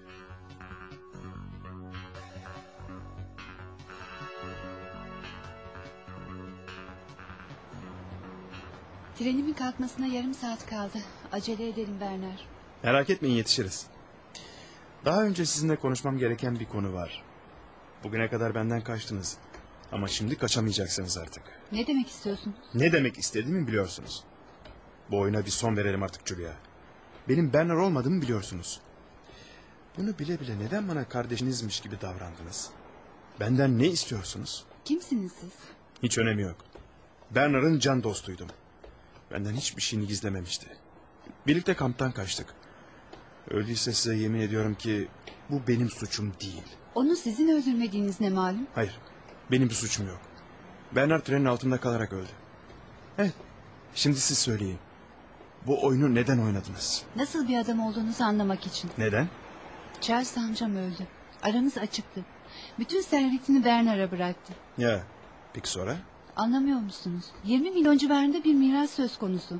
Trenimin kalkmasına yarım saat kaldı. Acele edelim Bernard. Merak etmeyin yetişiriz. Daha önce sizinle konuşmam gereken bir konu var. Bugüne kadar benden kaçtınız. Ama şimdi kaçamayacaksınız artık. Ne demek istiyorsun? Ne demek istediğimi biliyorsunuz. Bu oyuna bir son verelim artık Julia. Benim Bernard olmadığımı biliyorsunuz. Bunu bile bile neden bana kardeşinizmiş gibi davrandınız? Benden ne istiyorsunuz? Kimsiniz siz? Hiç önemi yok. Bernard'ın can dostuydum. Benden hiçbir şeyini gizlememişti. Birlikte kamptan kaçtık. Öyleyse size yemin ediyorum ki bu benim suçum değil. Onu sizin öldürmediğiniz ne malum? Hayır. Benim bir suçum yok. Bernard trenin altında kalarak öldü. Evet. Şimdi siz söyleyin. Bu oyunu neden oynadınız? Nasıl bir adam olduğunuzu anlamak için. Neden? Charles amcam öldü. Aramız açıktı. Bütün servetini Bernard'a bıraktı. Ya peki sonra? Anlamıyor musunuz? 20 milyon civarında bir miras söz konusu.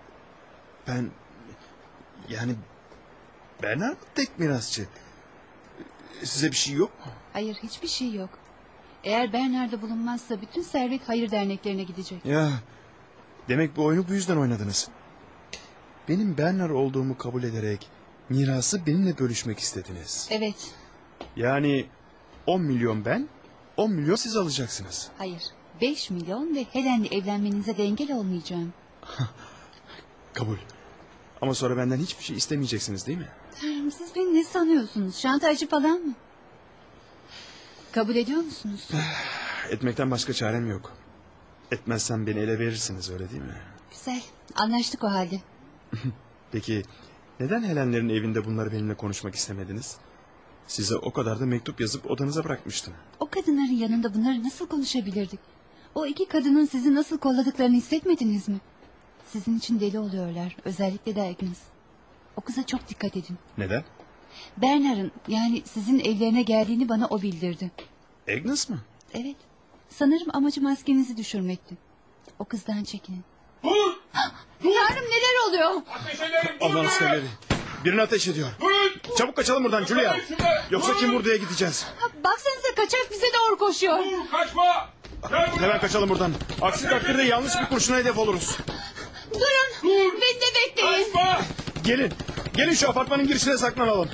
Yani Bernard tek mirasçı. Size bir şey yok mu? Hayır, hiçbir şey yok. Eğer Bernard'da bulunmazsa bütün servet hayır derneklerine gidecek. Ya demek bu oyunu bu yüzden oynadınız. Benim Bernard olduğumu kabul ederek mirası benimle bölüşmek istediniz. Evet. Yani 10 milyon ben, 10 milyon siz alacaksınız. Hayır. 5 milyon ve Helen'le evlenmenize de engel olmayacağım. Kabul. Ama sonra benden hiçbir şey istemeyeceksiniz değil mi? Tanrım, siz beni ne sanıyorsunuz? Şantajcı falan mı? Kabul ediyor musunuz? Etmekten başka çarem yok. Etmezsem beni ele verirsiniz, öyle değil mi? Güzel. Anlaştık o halde. Peki neden Helenlerin evinde bunları benimle konuşmak istemediniz? Size o kadar da mektup yazıp odanıza bırakmıştım. O kadınların yanında bunları nasıl konuşabilirdik? O iki kadının sizi nasıl kolladıklarını hissetmediniz mi? Sizin için deli oluyorlar. Özellikle de Agnes. O kıza çok dikkat edin. Neden? Bernard'ın, yani sizin evlerine geldiğini bana o bildirdi. Agnes mı? Evet. Sanırım amacı maskenizi düşürmekti. O kızdan çekinin. Dur! Tanrım, neler oluyor? Ateş ederim! Allah'ın askerleri. Birini ateş ediyor. Durun! Çabuk kaçalım buradan Julia. Yoksa kim buraya gideceğiz? Baksanıza, kaçak bize doğru koşuyor. Dur, kaçma! Gel buraya! Hemen kaçalım buradan. Aksi takdirde yanlış bir kurşuna hedef oluruz. Durun. Dur! Beni de bekleyin. Kaçma! Gelin. Gelin şu apartmanın girişine saklanalım.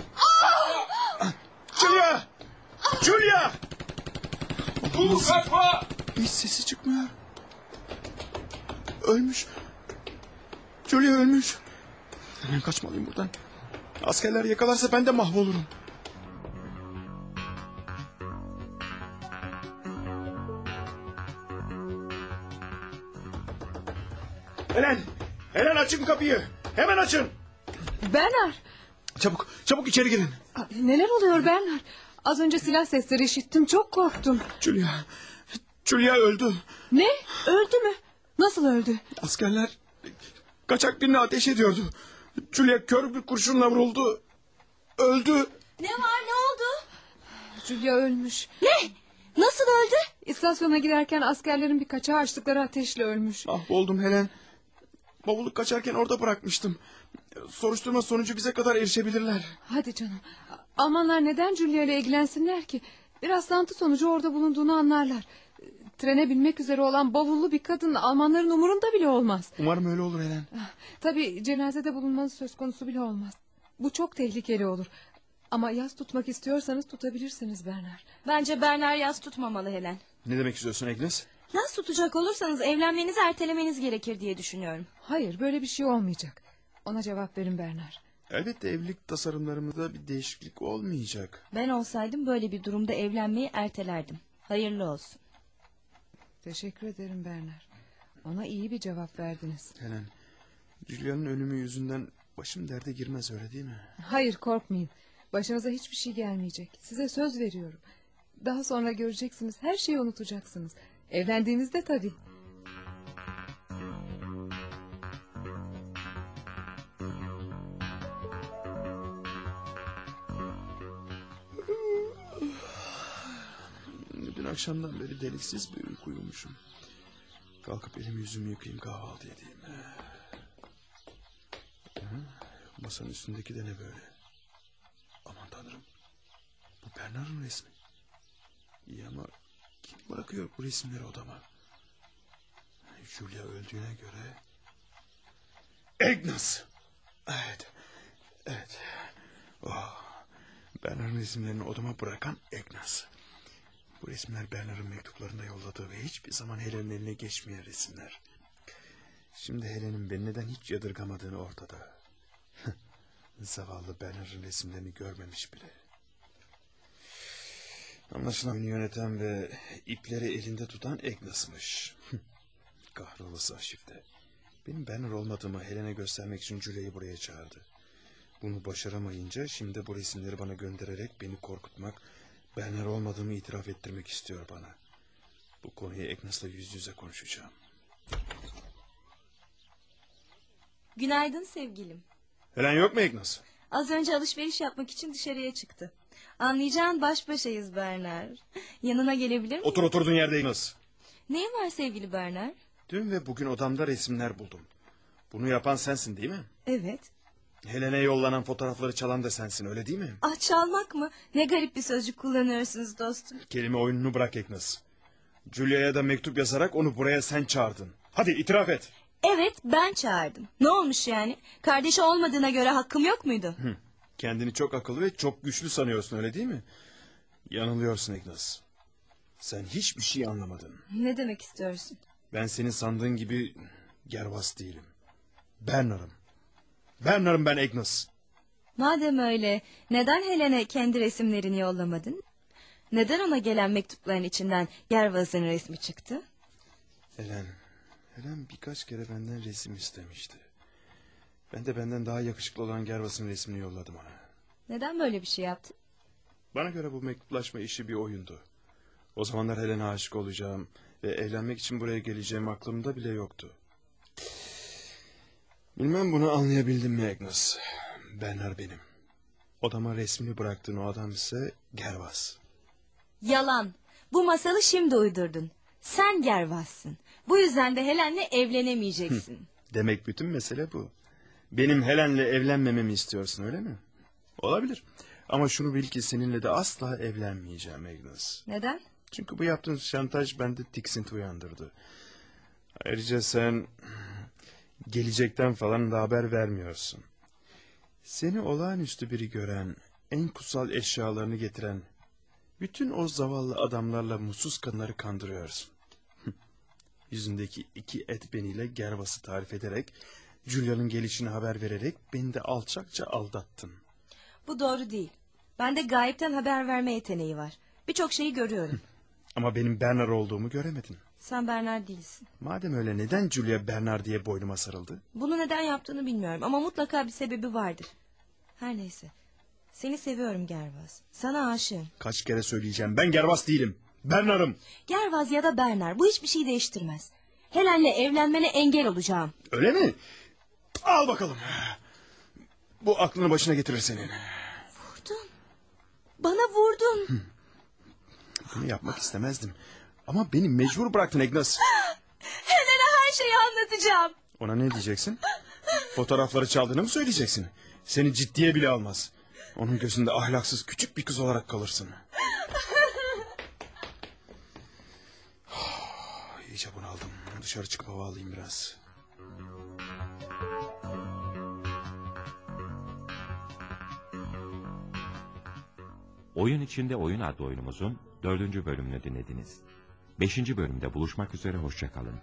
Julia! Julia! Dur, kaçma! Hiç sesi çıkmıyor. Ölmüş. Julia ölmüş. Hemen kaçmalıyım buradan. Askerler yakalarsa ben de mahvolurum. Helen! Helen, açın kapıyı. Hemen açın. Bernard! Çabuk, çabuk içeri girin. Neler oluyor Bernard? Az önce silah sesleri işittim, çok korktum. Julia öldü. Ne? Öldü mü? Nasıl öldü? Askerler kaçak birini ateş ediyordu. Julia kör bir kurşunla vuruldu. Öldü. Ne var, ne oldu? Julia ölmüş. Ne? Nasıl öldü? İstasyona giderken askerlerin bir kaçağı açtıkları ateşle ölmüş. Mahvoldum Helen. Bavulu kaçarken orada bırakmıştım. Soruşturma sonucu bize kadar erişebilirler. Hadi canım. Almanlar neden Julia ile ilgilensinler ki? Bir rastlantı sonucu orada bulunduğunu anlarlar. Trene binmek üzere olan bavullu bir kadın Almanların umurunda bile olmaz. Umarım öyle olur Helen. Tabii cenazede bulunmanız söz konusu bile olmaz. Bu çok tehlikeli olur. Ama yas tutmak istiyorsanız tutabilirsiniz Bernard. Bence Bernard yas tutmamalı Helen. Ne demek istiyorsun Agnes? Yas tutacak olursanız evlenmenizi ertelemeniz gerekir diye düşünüyorum. Hayır, böyle bir şey olmayacak. Ona cevap verin Bernard. Elbette evlilik tasarımlarımızda bir değişiklik olmayacak. Ben olsaydım böyle bir durumda evlenmeyi ertelerdim. Hayırlı olsun. Teşekkür ederim Bernard. Ona iyi bir cevap verdiniz. Helen, Julia'nın ölümü yüzünden başım derde girmez, öyle değil mi? Hayır, korkmayın. Başınıza hiçbir şey gelmeyecek. Size söz veriyorum. Daha sonra göreceksiniz, her şeyi unutacaksınız. Evlendiğinizde tabii. Dün akşamdan beri deliksiz bir uyku uyumuşum. Kalkıp elimi yüzümü yıkayayım, kahvaltı edeyim. Masanın üstündeki de ne böyle? Aman tanrım. Bu Bernard'ın resmi. İyi ama kim bırakıyor bu resimleri odama? Julia öldüğüne göre... Agnes! Evet. Evet. Oh. Bernard'ın resimlerini odama bırakan Agnes. Bu resimler Bernard'ın mektuplarında yolladığı ve hiçbir zaman Helen'in eline geçmeyen resimler. Şimdi Helen'in beni neden hiç yadırgamadığını ortada. Zavallı Bernard'ın resimlerini görmemiş bile. Anlaşılan beni yöneten ve ipleri elinde tutan Agnes'mış. Kahrolası arşivde. Benim Bernard olmadığımı Helen'e göstermek için Julia'yı buraya çağırdı. Bunu başaramayınca şimdi bu resimleri bana göndererek beni korkutmak, Bernard olmadığımı itiraf ettirmek istiyor bana. Bu konuyu Agnes'la yüz yüze konuşacağım. Günaydın sevgilim. Helen yok mu Agnes? Az önce alışveriş yapmak için dışarıya çıktı. Anlayacağın baş başayız Bernard. Yanına gelebilir miyim? Otur oturduğun yerde Agnes. Neyin var sevgili Bernard? Dün ve bugün odamda resimler buldum. Bunu yapan sensin değil mi? Evet. Helen'e yollanan fotoğrafları çalan da sensin, öyle değil mi? Ah, çalmak mı? Ne garip bir sözcük kullanıyorsunuz dostum. Kelime oyununu bırak Agnes. Julia'ya da mektup yazarak onu buraya sen çağırdın. Hadi itiraf et. Evet, ben çağırdım. Ne olmuş yani? Kardeşi olmadığına göre hakkım yok muydu? Kendini çok akıllı ve çok güçlü sanıyorsun, öyle değil mi? Yanılıyorsun Agnes. Sen hiçbir şey anlamadın. Ne demek istiyorsun? Ben senin sandığın gibi Gervas değilim. Bernard'ım. Bernard'ım ben Agnes. Madem öyle, neden Helen'e kendi resimlerini yollamadın? Neden ona gelen mektupların içinden Gervas'ın resmi çıktı? Helen birkaç kere benden resim istemişti. Ben de benden daha yakışıklı olan Gervas'ın resmini yolladım ona. Neden böyle bir şey yaptın? Bana göre bu mektuplaşma işi bir oyundu. O zamanlar Helen'e aşık olacağım ve evlenmek için buraya geleceğim aklımda bile yoktu. Bilmem bunu anlayabildim mi Agnes? Bernard benim. Odama resmini bıraktığın o adam ise Gervas. Yalan. Bu masalı şimdi uydurdun. Sen Gervas'sın. Bu yüzden de Helen'le evlenemeyeceksin. Demek bütün mesele bu. Benim Helen'le evlenmememi istiyorsun, öyle mi? Olabilir. Ama şunu bil ki seninle de asla evlenmeyeceğim Agnes. Neden? Çünkü bu yaptığın şantaj bende tiksinti uyandırdı. Ayrıca sen gelecekten falan da haber vermiyorsun. Seni olağanüstü biri gören, en kutsal eşyalarını getiren bütün o zavallı adamlarla mutsuz kadınları kandırıyorsun. Yüzündeki 2 et beniyle Gervas'ı tarif ederek, Julia'nın gelişini haber vererek beni de alçakça aldattın. Bu doğru değil. Bende gayipten haber verme yeteneği var. Birçok şeyi görüyorum. Ama benim Bernard olduğumu göremedin. Sen Bernard değilsin. Madem öyle neden Julia Bernard diye boynuma sarıldı? Bunu neden yaptığını bilmiyorum ama mutlaka bir sebebi vardır. Her neyse. Seni seviyorum Gervas. Sana aşığım. Kaç kere söyleyeceğim, ben Gervas değilim. Bernard'ım. Gervas ya da Bernard, bu hiçbir şey değiştirmez. Helen'le evlenmene engel olacağım. Öyle mi? Al bakalım. Bu aklını başına getirir senin. Vurdun. Bana vurdun. Bunu yapmak istemezdim. Ama beni mecbur bıraktın Agnes. Helen'e her şeyi anlatacağım. Ona ne diyeceksin? Fotoğrafları çaldığını mı söyleyeceksin? Seni ciddiye bile almaz. Onun gözünde ahlaksız küçük bir kız olarak kalırsın. İyice bunaldım. Dışarı çıkıp hava alayım biraz. Oyun içinde Oyun adlı oyunumuzun 4. bölümünü dinlediniz. 5. bölümde buluşmak üzere, hoşça kalın.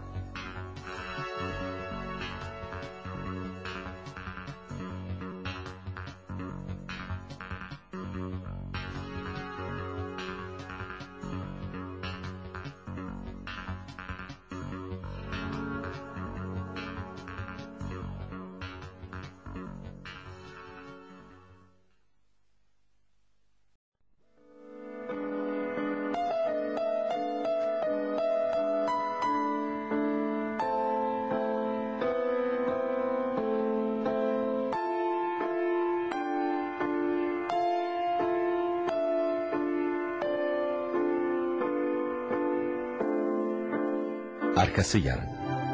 Arkası yarın.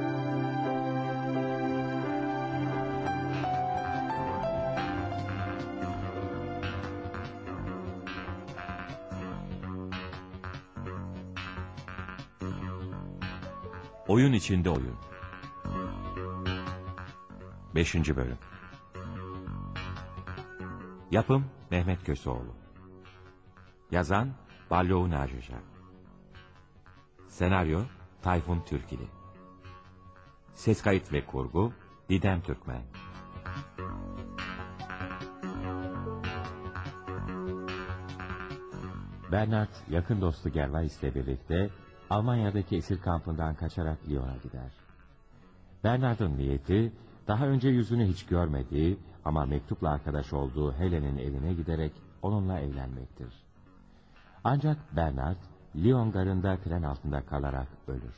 Oyun içinde oyun. 5. bölüm. Yapım Mehmet Köseoğlu. Yazan Ballo Najeja. Senaryo Tayfun Türkili. Ses kayıt ve kurgu Didem Türkmen. Bernard yakın dostu Gervais ile birlikte Almanya'daki esir kampından kaçarak Lyon'a gider. Bernard'ın niyeti daha önce yüzünü hiç görmediği ama mektupla arkadaş olduğu Helen'in evine giderek onunla evlenmektir. Ancak Bernard Lyon garında tren altında kalarak ölür.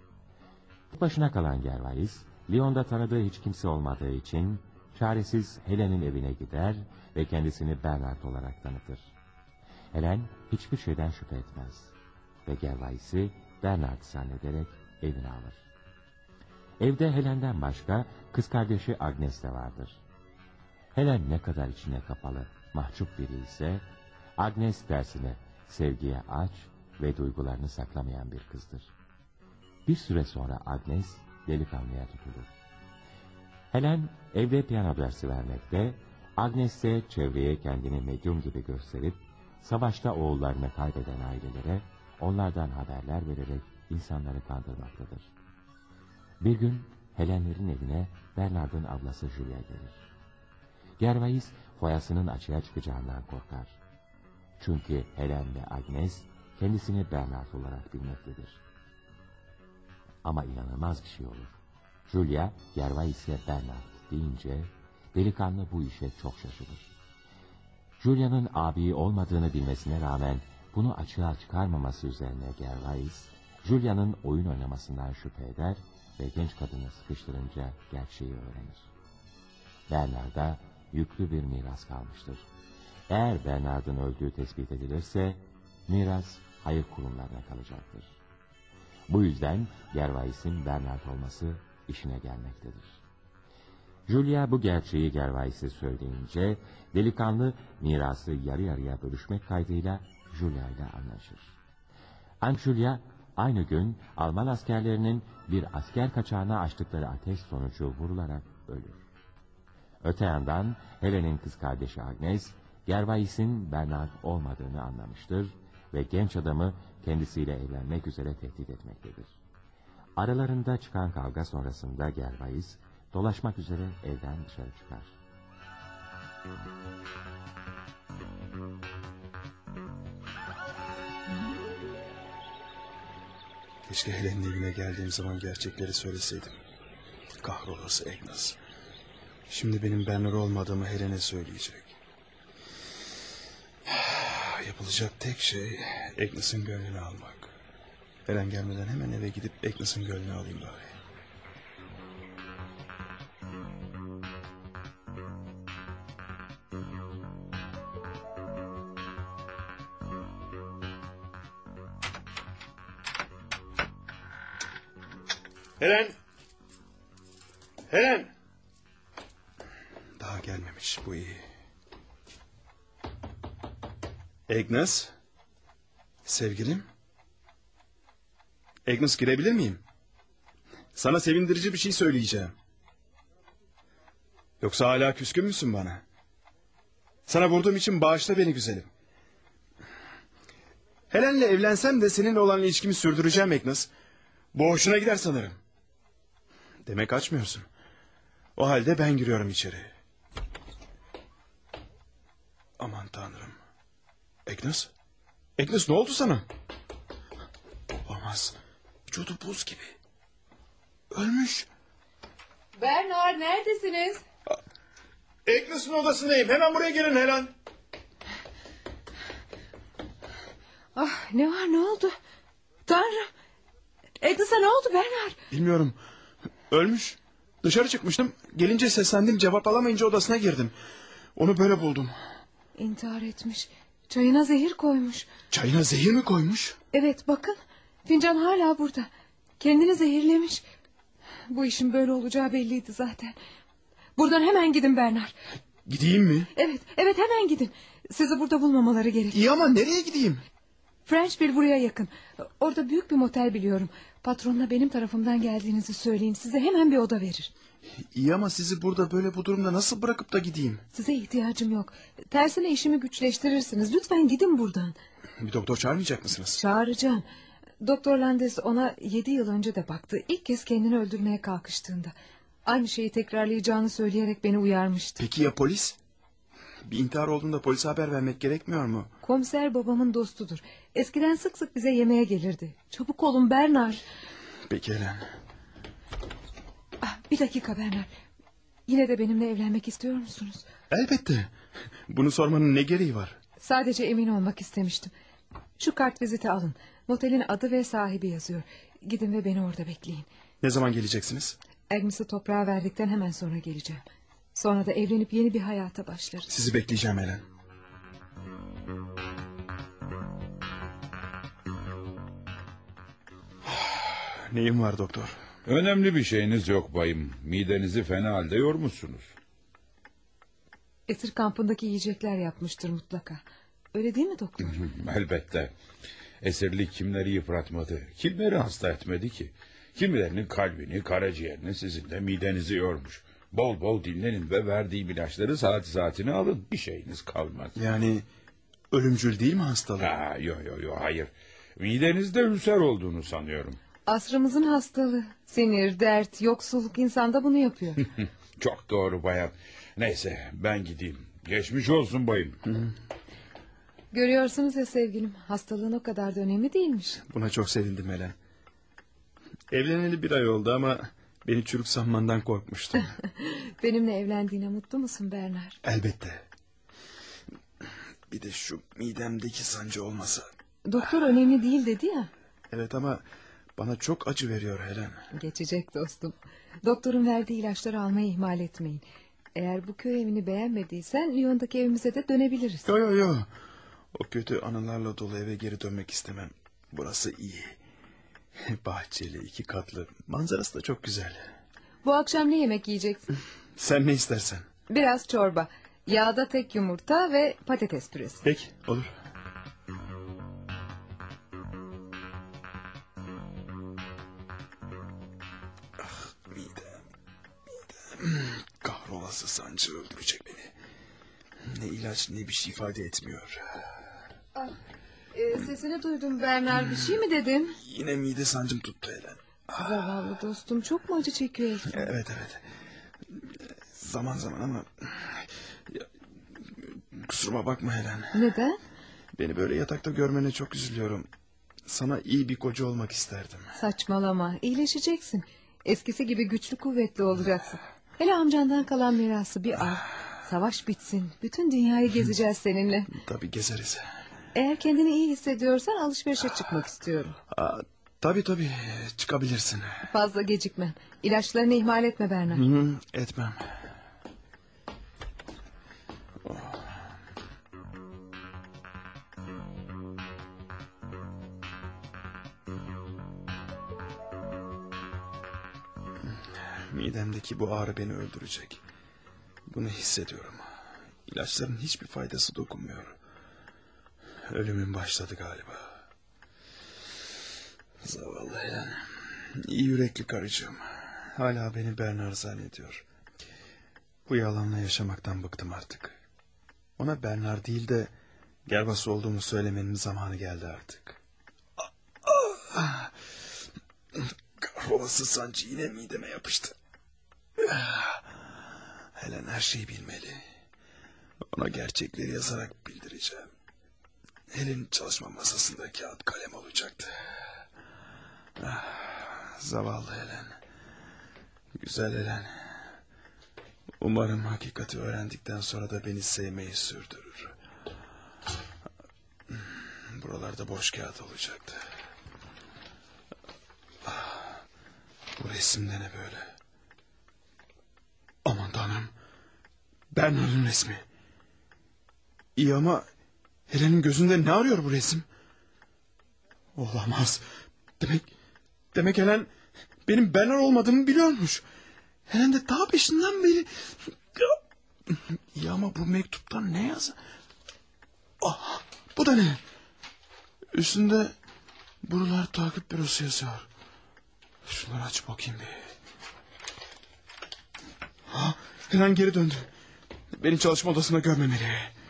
Başına kalan Gervais, Lyon'da tanıdığı hiç kimse olmadığı için çaresiz Helen'in evine gider ve kendisini Bernard olarak tanıtır. Helen hiçbir şeyden şüphe etmez ve Gervais'i Bernard zannederek evine alır. Evde Helen'den başka kız kardeşi Agnes de vardır. Helen ne kadar içine kapalı, mahcup biri ise Agnes tersine sevgiye aç ve duygularını saklamayan bir kızdır. Bir süre sonra Agnes delikanlıya tutulur. Helen evde piyano dersi vermekte, Agnes ise çevreye kendini medyum gibi gösterip savaşta oğullarını kaybeden ailelere onlardan haberler vererek insanları kandırmaktadır. Bir gün Helenlerin evine Bernard'ın ablası Julia gelir. Gervais foyasının açığa çıkacağından korkar. Çünkü Helen ve Agnes kendisini Bernard olarak bilmektedir. Ama inanılmaz bir şey olur. Julia, Gervais'e Bernard deyince delikanlı bu işe çok şaşırır. Julia'nın abi olmadığını bilmesine rağmen bunu açığa çıkarmaması üzerine Gervais, Julia'nın oyun oynamasından şüphe eder ve genç kadını sıkıştırınca gerçeği öğrenir. Bernard'a yüklü bir miras kalmıştır. Eğer Bernard'ın öldüğü tespit edilirse miras hayır kurumlarına kalacaktır. Bu yüzden Gervais'in Bernard olması işine gelmektedir. Julia bu gerçeği Gervais'e söyleyince delikanlı mirası yarı yarıya bölüşmek kaydıyla Julia ile anlaşır. Ancak Julia aynı gün Alman askerlerinin bir asker kaçağına açtıkları ateş sonucu vurularak ölür. Öte yandan Helen'in kız kardeşi Agnes, Gervais'in Bernard olmadığını anlamıştır ve genç adamı kendisiyle evlenmek üzere tehdit etmektedir. Aralarında çıkan kavga sonrasında Gervais dolaşmak üzere evden dışarı çıkar. Keşke Helen'in evine geldiğim zaman gerçekleri söyleseydim. Kahrolası Agnes. Şimdi benim Bernard olmadığımı Helen'e söyleyecek. Yapılacak tek şey Agnes'in gönlünü almak. Helen gelmeden hemen eve gidip Agnes'in gönlünü alayım bari. Helen! Helen! Daha gelmemiş, bu iyi. Agnes? Sevgilim? Agnes, girebilir miyim? Sana sevindirici bir şey söyleyeceğim. Yoksa hala küskün müsün bana? Sana vurduğum için bağışla beni güzelim. Helen'le evlensem de seninle olan ilişkimi sürdüreceğim Agnes. Bu hoşuna gider sanırım. Demek açmıyorsun. O halde ben giriyorum içeri. Aman Tanrım. Agnes? Agnes, ne oldu sana? Olamaz. Vücudu buz gibi. Ölmüş. Bernard, neredesiniz? Agnes'in odasındayım. Hemen buraya gelin Helen. Ah, ne var, ne oldu? Tanrım. Agnes'a ne oldu Bernard? Bilmiyorum. Ölmüş. Dışarı çıkmıştım. Gelince seslendim. Cevap alamayınca odasına girdim. Onu böyle buldum. İntihar etmiş. Çayına zehir koymuş. Çayına zehir mi koymuş? Evet, bakın. Fincan hala burada. Kendini zehirlemiş. Bu işin böyle olacağı belliydi zaten. Buradan hemen gidin Bernard. Gideyim mi? Evet hemen gidin. Sizi burada bulmamaları gerek. İyi ama nereye gideyim? Frenchville buraya yakın. Orada büyük bir motel biliyorum. Patronuna benim tarafımdan geldiğinizi söyleyin. Size hemen bir oda verir. İyi ama sizi burada böyle bu durumda nasıl bırakıp da gideyim? Size ihtiyacım yok. Tersine işimi güçleştirirsiniz. Lütfen gidin buradan. Bir doktor çağırmayacak mısınız? Çağıracağım. Doktor Landes ona 7 yıl önce de baktı. İlk kez kendini öldürmeye kalkıştığında. Aynı şeyi tekrarlayacağını söyleyerek beni uyarmıştı. Peki ya polis? Bir intihar olduğunda polise haber vermek gerekmiyor mu? Komiser babamın dostudur. Eskiden sık sık bize yemeğe gelirdi. Çabuk olun Bernard. Peki Helen. Bir dakika Bernard. Yine de benimle evlenmek istiyor musunuz? Elbette. Bunu sormanın ne gereği var? Sadece emin olmak istemiştim. Şu kartviziti alın. Motelin adı ve sahibi yazıyor. Gidin ve beni orada bekleyin. Ne zaman geleceksiniz? Agnes'i toprağa verdikten hemen sonra geleceğim. Sonra da evlenip yeni bir hayata başlarız. Sizi bekleyeceğim Helen. Neyim var doktor? Önemli bir şeyiniz yok bayım. Midenizi fena halde yormuşsunuz. Esir kampındaki yiyecekler yapmıştır mutlaka. Öyle değil mi doktor? Elbette. Esirlik kimleri yıpratmadı, kimleri hasta etmedi ki? Kimilerinin kalbini, karaciğerini, sizin de midenizi yormuş. Bol bol dinlenin ve verdiğim ilaçları saatine alın. Bir şeyiniz kalmaz. Yani ölümcül değil mi hastalığı? Yok hayır. Midenizde ülser olduğunu sanıyorum. Asrımızın hastalığı. Sinir, dert, yoksulluk insanda bunu yapıyor. Çok doğru bayan. Neyse ben gideyim. Geçmiş olsun bayım. Görüyorsunuz ya sevgilim, hastalığın o kadar da önemli değilmiş. Buna çok sevindim Helen. Evleneli 1 ay oldu ama beni çürük sanmandan korkmuştum. Benimle evlendiğine mutlu musun Bernard? Elbette. Bir de şu midemdeki sancı olmasa. Doktor önemli değil dedi ya. Evet ama bana çok acı veriyor Helen. Geçecek dostum. Doktorun verdiği ilaçları almayı ihmal etmeyin. Eğer bu köy evini beğenmediysen Lyon'daki evimize de dönebiliriz. Yo. O kötü anılarla dolu eve geri dönmek istemem. Burası iyi. Bahçeli, 2 katlı. Manzarası da çok güzel. Bu akşam ne yemek yiyeceksin? Sen ne istersen. Biraz çorba. Yağda tek yumurta ve patates püresi. Peki, olur. Midem. Kahrolası sancı öldürecek beni. Ne ilaç ne bir şey ifade etmiyor. Sesini duydum Bernard, bir şey mi dedin? Yine mide sancım tuttu Helen. Zavallı dostum, çok mu acı çekiyorsun? Evet. Zaman ama... Kusuruma bakma Helen. Neden? Beni böyle yatakta görmene çok üzülüyorum. Sana iyi bir koca olmak isterdim. Saçmalama, iyileşeceksin. Eskisi gibi güçlü kuvvetli olacaksın. Hele amcandan kalan mirası bir al. Savaş bitsin, bütün dünyayı gezeceğiz seninle. Tabii gezeriz. Eğer kendini iyi hissediyorsan alışverişe çıkmak istiyorum. Tabii çıkabilirsin. Fazla gecikmem. İlaçlarını ihmal etme Bernard. Etmem. Midemdeki bu ağrı beni öldürecek. Bunu hissediyorum. İlaçların hiçbir faydası dokunmuyor. Ölümüm başladı galiba. Zavallı Helen. İyi yürekli karıcığım. Hala beni Bernard zannediyor. Bu yalanla yaşamaktan bıktım artık. Ona Bernard değil de Gervas olduğumu söylemenin zamanı geldi artık. Kahrolası sancı yine mideme yapıştı. Helen her şeyi bilmeli. Ona gerçekleri yazarak bildireceğim. Helen çalışma masasında kağıt kalem olacaktı. Zavallı Helen. Güzel Helen. Umarım hakikati öğrendikten sonra da beni sevmeyi sürdürür. Buralarda boş kağıt olacaktı. Bu resimde ne böyle? Aman Tanrım. Bernard'ın resmi. İyi ama Helen'in gözünde ne arıyor bu resim? Olamaz. Demek Helen benim Bernard olmadığımı biliyormuş. Helen de daha peşinden beri... İyi ama bu mektupta ne yazı? Bu da ne? Üstünde Buralar takip bürosu yazıyor. Şunları aç bakayım bir. Helen geri döndü. Beni çalışma odasında görmemeli.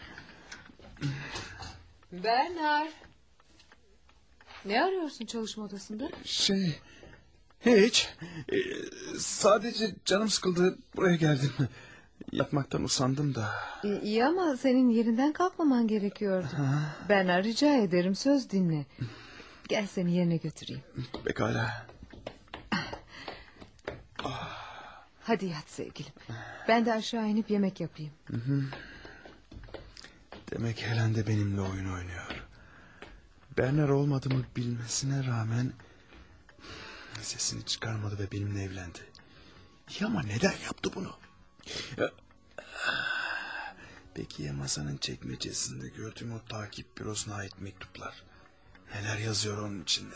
Bernard. Ne arıyorsun çalışma odasında? Hiç. Sadece canım sıkıldı, buraya geldim. Yatmaktan usandım da. İyi ama senin yerinden kalkmaman gerekiyordu. Bernard, rica ederim, söz dinle. Gel seni yerine götüreyim. Pekala. Hadi yat sevgilim. Ben de aşağı inip yemek yapayım. Demek Helen de benimle oyun oynuyor. Bernard olmadığımı bilmesine rağmen sesini çıkarmadı ve benimle evlendi. Ya ama neden yaptı bunu? Peki ya masanın çekmecesinde gördüğüm o takip bürosuna ait mektuplar? Neler yazıyor onun içinde?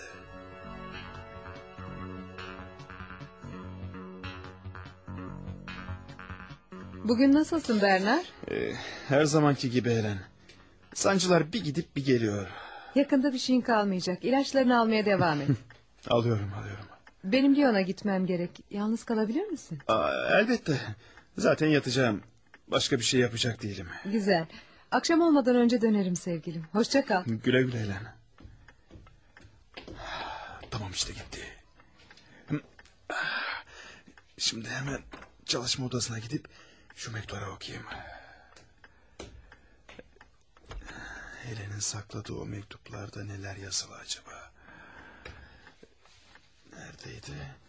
Bugün nasılsın Bernard? Her zamanki gibi Helen. Sancılar bir gidip bir geliyor. Yakında bir şeyin kalmayacak. İlaçlarını almaya devam et. Alıyorum. Benim Lyon'a gitmem gerek. Yalnız kalabilir misin? Elbette. Zaten yatacağım. Başka bir şey yapacak değilim. Güzel. Akşam olmadan önce dönerim sevgilim. Hoşça kal. Güle güle Helen. Tamam işte gitti. Şimdi hemen çalışma odasına gidip şu mektupları okuyayım. Helen'in sakladığı o mektuplarda neler yazılı acaba? Neredeydi?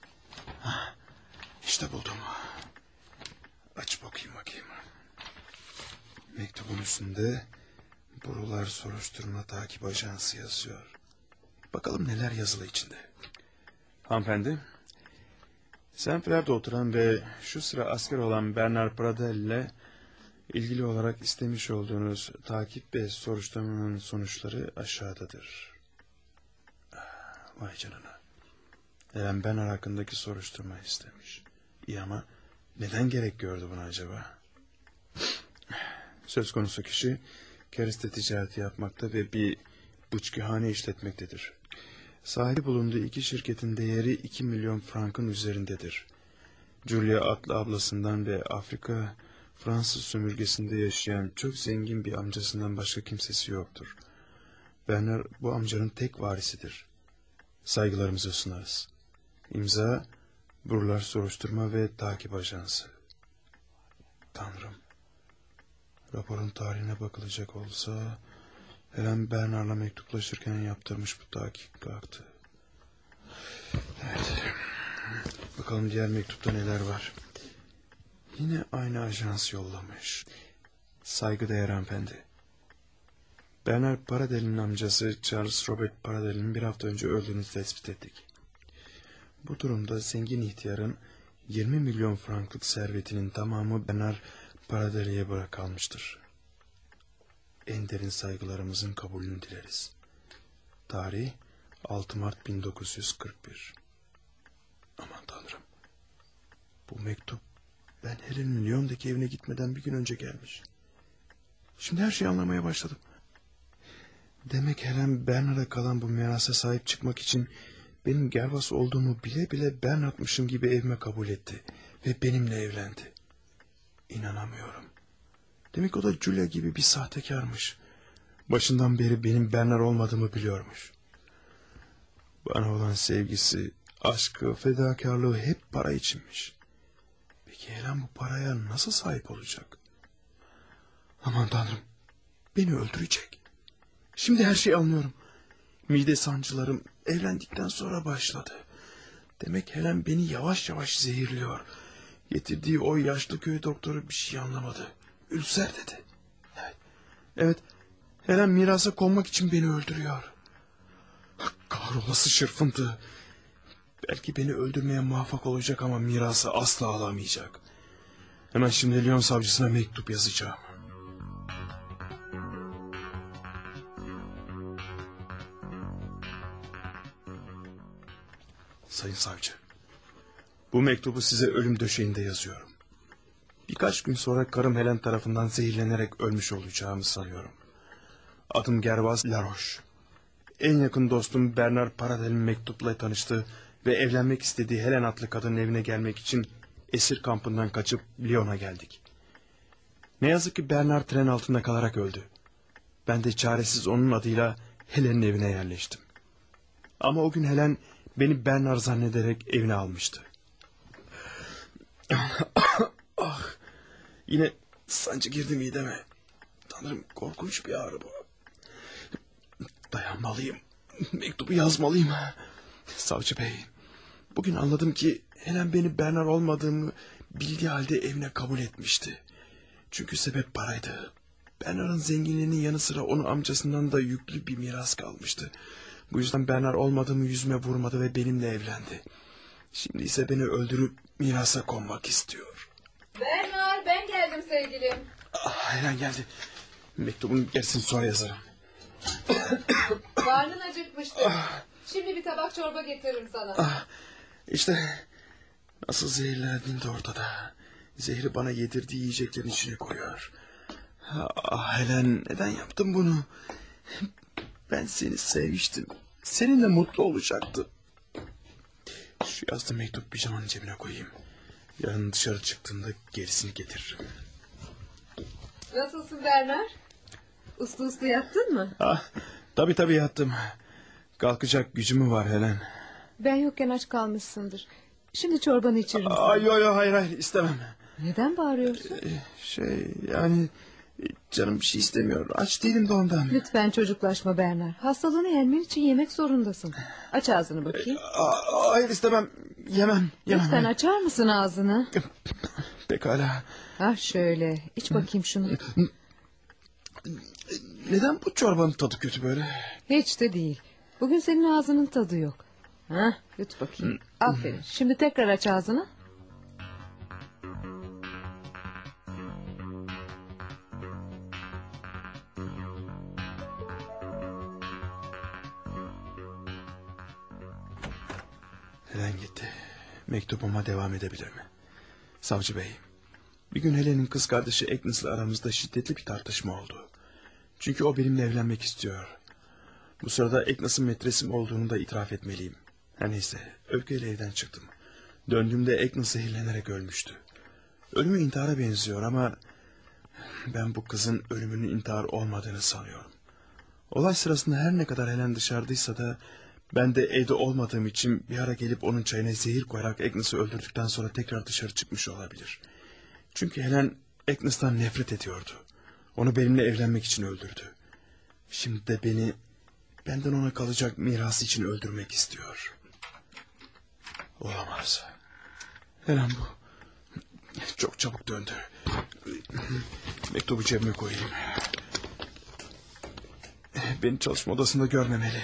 İşte buldum. Açıp okuyayım bakayım. Mektubun üstünde Borular Soruşturma Takip Ajansı yazıyor. Bakalım neler yazılı içinde. Hanımefendi, Saint-Frère'de oturan ve şu sıra asker olan Bernard Pradel ile ilgili olarak istemiş olduğunuz takip ve soruşturmanın sonuçları aşağıdadır. Vay canına. Helen Bernard hakkındaki soruşturma istemiş. İyi ama neden gerek gördü buna acaba? Söz konusu kişi kereste ticareti yapmakta ve bir bıçkıhane işletmektedir. Sahibi bulunduğu 2 şirketin değeri 2 milyon frankın üzerindedir. Julia adlı ablasından ve Afrika Fransız sömürgesinde yaşayan çok zengin bir amcasından başka kimsesi yoktur. Bernard bu amcanın tek varisidir. Saygılarımızı sunarız. İmza Borular Soruşturma ve Takip Ajansı. Tanrım. Raporun tarihine bakılacak olsa Helen Bernard'la mektuplaşırken yaptırmış bu tahkikattı. Evet. Bakalım diğer mektupta neler var. Yine aynı ajans yollamış. Saygıdeğer hanımefendi. Bernard Paradel'in amcası Charles Robert Paradel'in bir hafta önce öldüğünü tespit ettik. Bu durumda zengin ihtiyarın 20 milyon franklık servetinin tamamı Bernard Paradel'e bırakılmıştır. En derin saygılarımızın kabulünü dileriz. Tarih 6 Mart 1941. Aman Tanrım. Bu mektup ben Helen'in Lyon'daki evine gitmeden bir gün önce gelmiş. Şimdi her şeyi anlamaya başladım. Demek Helen Bernard'a kalan bu mirasa sahip çıkmak için benim Gervas olduğumu bile bile Bernard'mışım gibi evime kabul etti ve benimle evlendi. İnanamıyorum. Demek o da Julia gibi bir sahtekarmış. Başından beri benim Bernard olmadığımı biliyormuş. Bana olan sevgisi, aşkı, fedakarlığı hep para içinmiş. Peki Helen bu paraya nasıl sahip olacak? Aman Tanrım, beni öldürecek. Şimdi her şeyi anlıyorum. Mide sancılarım evlendikten sonra başladı. Demek Helen beni yavaş yavaş zehirliyor. Getirdiği o yaşlı köy doktoru bir şey anlamadı. Ülser dedi. Evet. Helen mirasa konmak için beni öldürüyor. Kahrolası şırfıntı. Belki beni öldürmeye muvaffak olacak ama mirası asla alamayacak. Hemen şimdi Lyon savcısına mektup yazacağım. Sayın savcı, bu mektubu size ölüm döşeğinde yazıyorum. Birkaç gün sonra karım Helen tarafından zehirlenerek ölmüş olacağımı sanıyorum. Adım Gervas Laroche. En yakın dostum Bernard Paradel'in mektupla tanıştı ve evlenmek istediği Helen adlı kadının evine gelmek için esir kampından kaçıp Lyon'a geldik. Ne yazık ki Bernard tren altında kalarak öldü. Ben de çaresiz onun adıyla Helen'in evine yerleştim. Ama o gün Helen beni Bernard zannederek evine almıştı. Ah, yine sancı girdi mideme. Tanrım, korkunç bir ağrı bu. Dayanmalıyım. Mektubu yazmalıyım. Savcı bey, bugün anladım ki Helen beni Bernard olmadığımı bildiği halde evine kabul etmişti. Çünkü sebep paraydı. Bernard'ın zenginliğinin yanı sıra onun amcasından da yüklü bir miras kalmıştı. Bu yüzden Bernard olmadığımı yüzüme vurmadı ve benimle evlendi. Şimdi ise beni öldürüp mirasa konmak istiyor. Bernard, ben geldim sevgilim. Helen geldi. Mektubun gerisini sonra yazarım. Karnın acıkmıştır. Şimdi bir tabak çorba getiririm sana. İşte nasıl zehirlendiğim de ortada. Zehri bana yedirdiği yiyeceklerin içine koyuyor. Helen, neden yaptın bunu? Ben seni sevmiştim. Seninle mutlu olacaktım. Şu yazdığım mektup pijamanın cebine koyayım. Yarın dışarı çıktığında gerisini getiririm. Nasılsın Bernard? Uslu uslu yattın mı? Tabii yattım. Kalkacak gücüm var Helen. Ben yokken aç kalmışsındır. Şimdi çorbanı içiririm sana. Yok hayır istemem. Neden bağırıyorsun? Yani canım bir şey istemiyor. Aç değilim de ondan. Lütfen çocuklaşma Bernard. Hastalığını yenmen için yemek zorundasın. Aç ağzını bakayım. Hayır istemem. Yemem. Lütfen açar mısın ağzını? Pekala. Şöyle iç bakayım şunu. Neden bu çorbanın tadı kötü böyle? Hiç de değil. Bugün senin ağzının tadı yok. Yut bakayım. Aferin. Şimdi tekrar aç ağzını. Helen gitti. Mektubuma devam edebilir mi? Savcı bey, bir gün Helen'in kız kardeşi Agnes'la aramızda şiddetli bir tartışma oldu. Çünkü o benimle evlenmek istiyor. Bu sırada Agnes'ın metresim olduğunu da itiraf etmeliyim. Her neyse, öfkeyle evden çıktım. Döndüğümde Agnes zehirlenerek ölmüştü. Ölümü intihara benziyor ama ben bu kızın ölümünün intihar olmadığını sanıyorum. Olay sırasında her ne kadar Helen dışarıdaysa da ben de evde olmadığım için bir ara gelip onun çayına zehir koyarak Agnes'ı öldürdükten sonra tekrar dışarı çıkmış olabilir. Çünkü Helen Agnes'tan nefret ediyordu. Onu benimle evlenmek için öldürdü. Şimdi de beni benden ona kalacak mirası için öldürmek istiyor. Olamaz. Helen bu. Çok çabuk döndü. Mektubu cebime koyayım. Beni çalışma odasında görmemeli.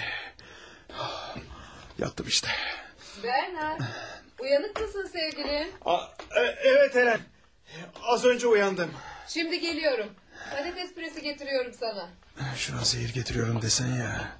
Yattım işte. Bernard, uyanık mısın sevgilim? Evet Helen. Az önce uyandım. Şimdi geliyorum. Patates püresi getiriyorum sana. Şuna zehir getiriyorum desen ya.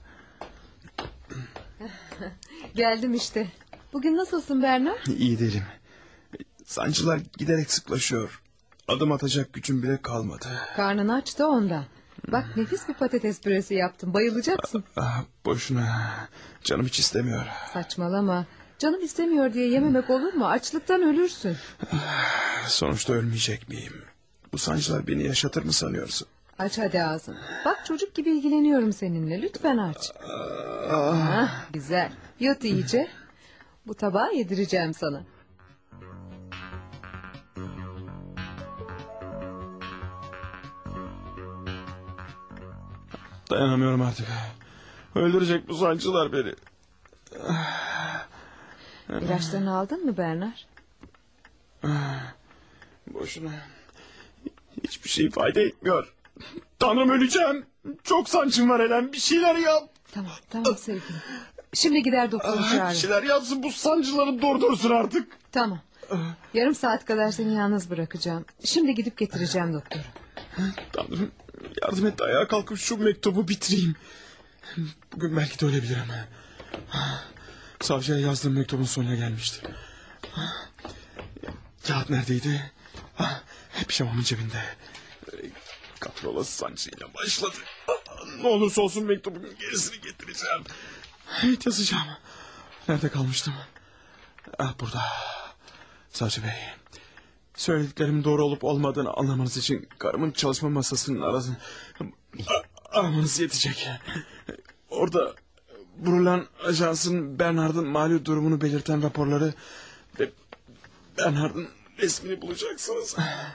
Geldim işte. Bugün nasılsın Bernard? İyi değilim. Sancılar giderek sıklaşıyor. Adım atacak gücüm bile kalmadı. Karnın aç da ondan. Bak nefis bir patates püresi yaptım. Bayılacaksın. Boşuna. Canım hiç istemiyor. Saçmalama. Canım istemiyor diye yememek olur mu? Açlıktan ölürsün. Sonuçta ölmeyecek miyim? Bu sancılar beni yaşatır mı sanıyorsun? Aç hadi ağzını. Bak çocuk gibi ilgileniyorum seninle. Lütfen aç. Güzel. Yut iyice. Bu tabağı yedireceğim sana. Dayanamıyorum artık. Öldürecek bu sancılar beni. İlaçlarını aldın mı Bernard? Boşuna. Hiçbir şey fayda etmiyor. Tanrım öleceğim. Çok sancım var Helen. Bir şeyler yap. Tamam sevgilim. Şimdi gider doktoru çağırın. Bir şeyler yapsın, bu sancıları durdursun artık. Tamam. Yarım saat kadar seni yalnız bırakacağım. Şimdi gidip getireceğim doktoru. Tanrım yardım et de ayağa kalkıp şu mektubu bitireyim. Bugün belki de ölebilirim. Savcıya yazdığım mektubun sonuna gelmişti. Kağıt neredeydi? Pijamamın cebinde. Kahrolası sancıyla başladı. Ne olursa olsun mektubun gerisini getireceğim. Evet yazacağım. Nerede kalmıştım? Burada. Savcı bey. Söylediklerimin doğru olup olmadığını anlamanız için karımın çalışma masasının arasını aramanız yetecek. Orada Brulan Ajansı'nın Bernard'ın mali durumunu belirten raporları ve Bernard'ın resmini bulacaksınız.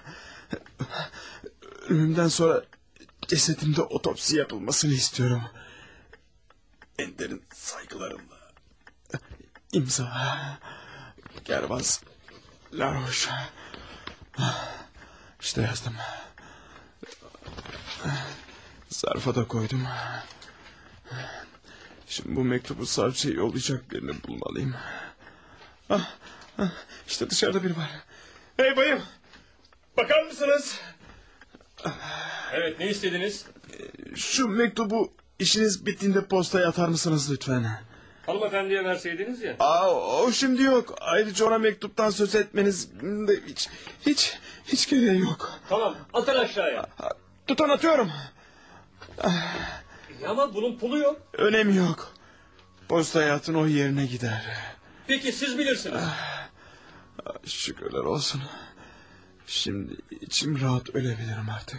Ölümümden sonra cesedimde otopsi yapılmasını istiyorum. En derin saygılarımla. İmza Gervaz Laroche. İşte yazdım. Zarfa da koydum. Şimdi bu mektubu savcıya yollayacak birini bulmalıyım. İşte dışarıda biri var. Hey bayım. Bakar mısınız? Evet, ne istediniz? Şu mektubu işiniz bittiğinde postaya atar mısınız lütfen? Hanımefendiye verseydiniz ya. O şimdi yok. Ayrıca ona mektuptan söz etmeniz de hiç gereği yok. Tamam, atın aşağıya. Tutun, atıyorum. Ama bunun pulu yok. Önemi yok. Postaya atın, o yerine gider. Peki siz bilirsiniz. Şükürler olsun. Şimdi içim rahat, ölebilirim artık.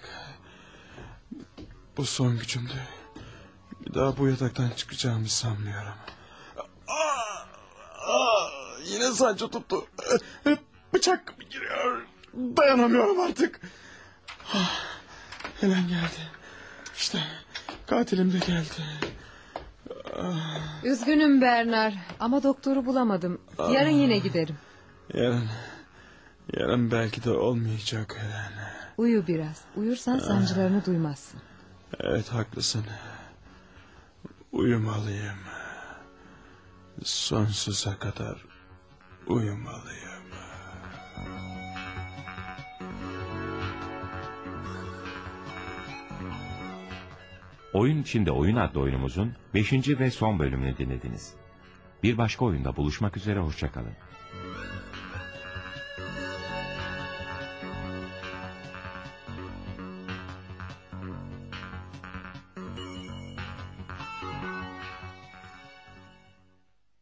Bu son gücümdü. Bir daha bu yataktan çıkacağımı sanmıyorum. Yine sancı tuttu. Bıçak giriyor. Dayanamıyorum artık. Helen geldi. İşte katilim de geldi. Üzgünüm Bernard ama doktoru bulamadım. Yarın yine giderim. Yarın belki de olmayacak Helen. Uyu biraz. Uyursan sancılarını duymazsın. Evet, haklısın. Uyumalıyım. Sonsuza kadar uyumalıyım. Oyun içinde Oyun adlı oyunumuzun 5. ve son bölümünü dinlediniz. Bir başka oyunda buluşmak üzere, hoşça kalın.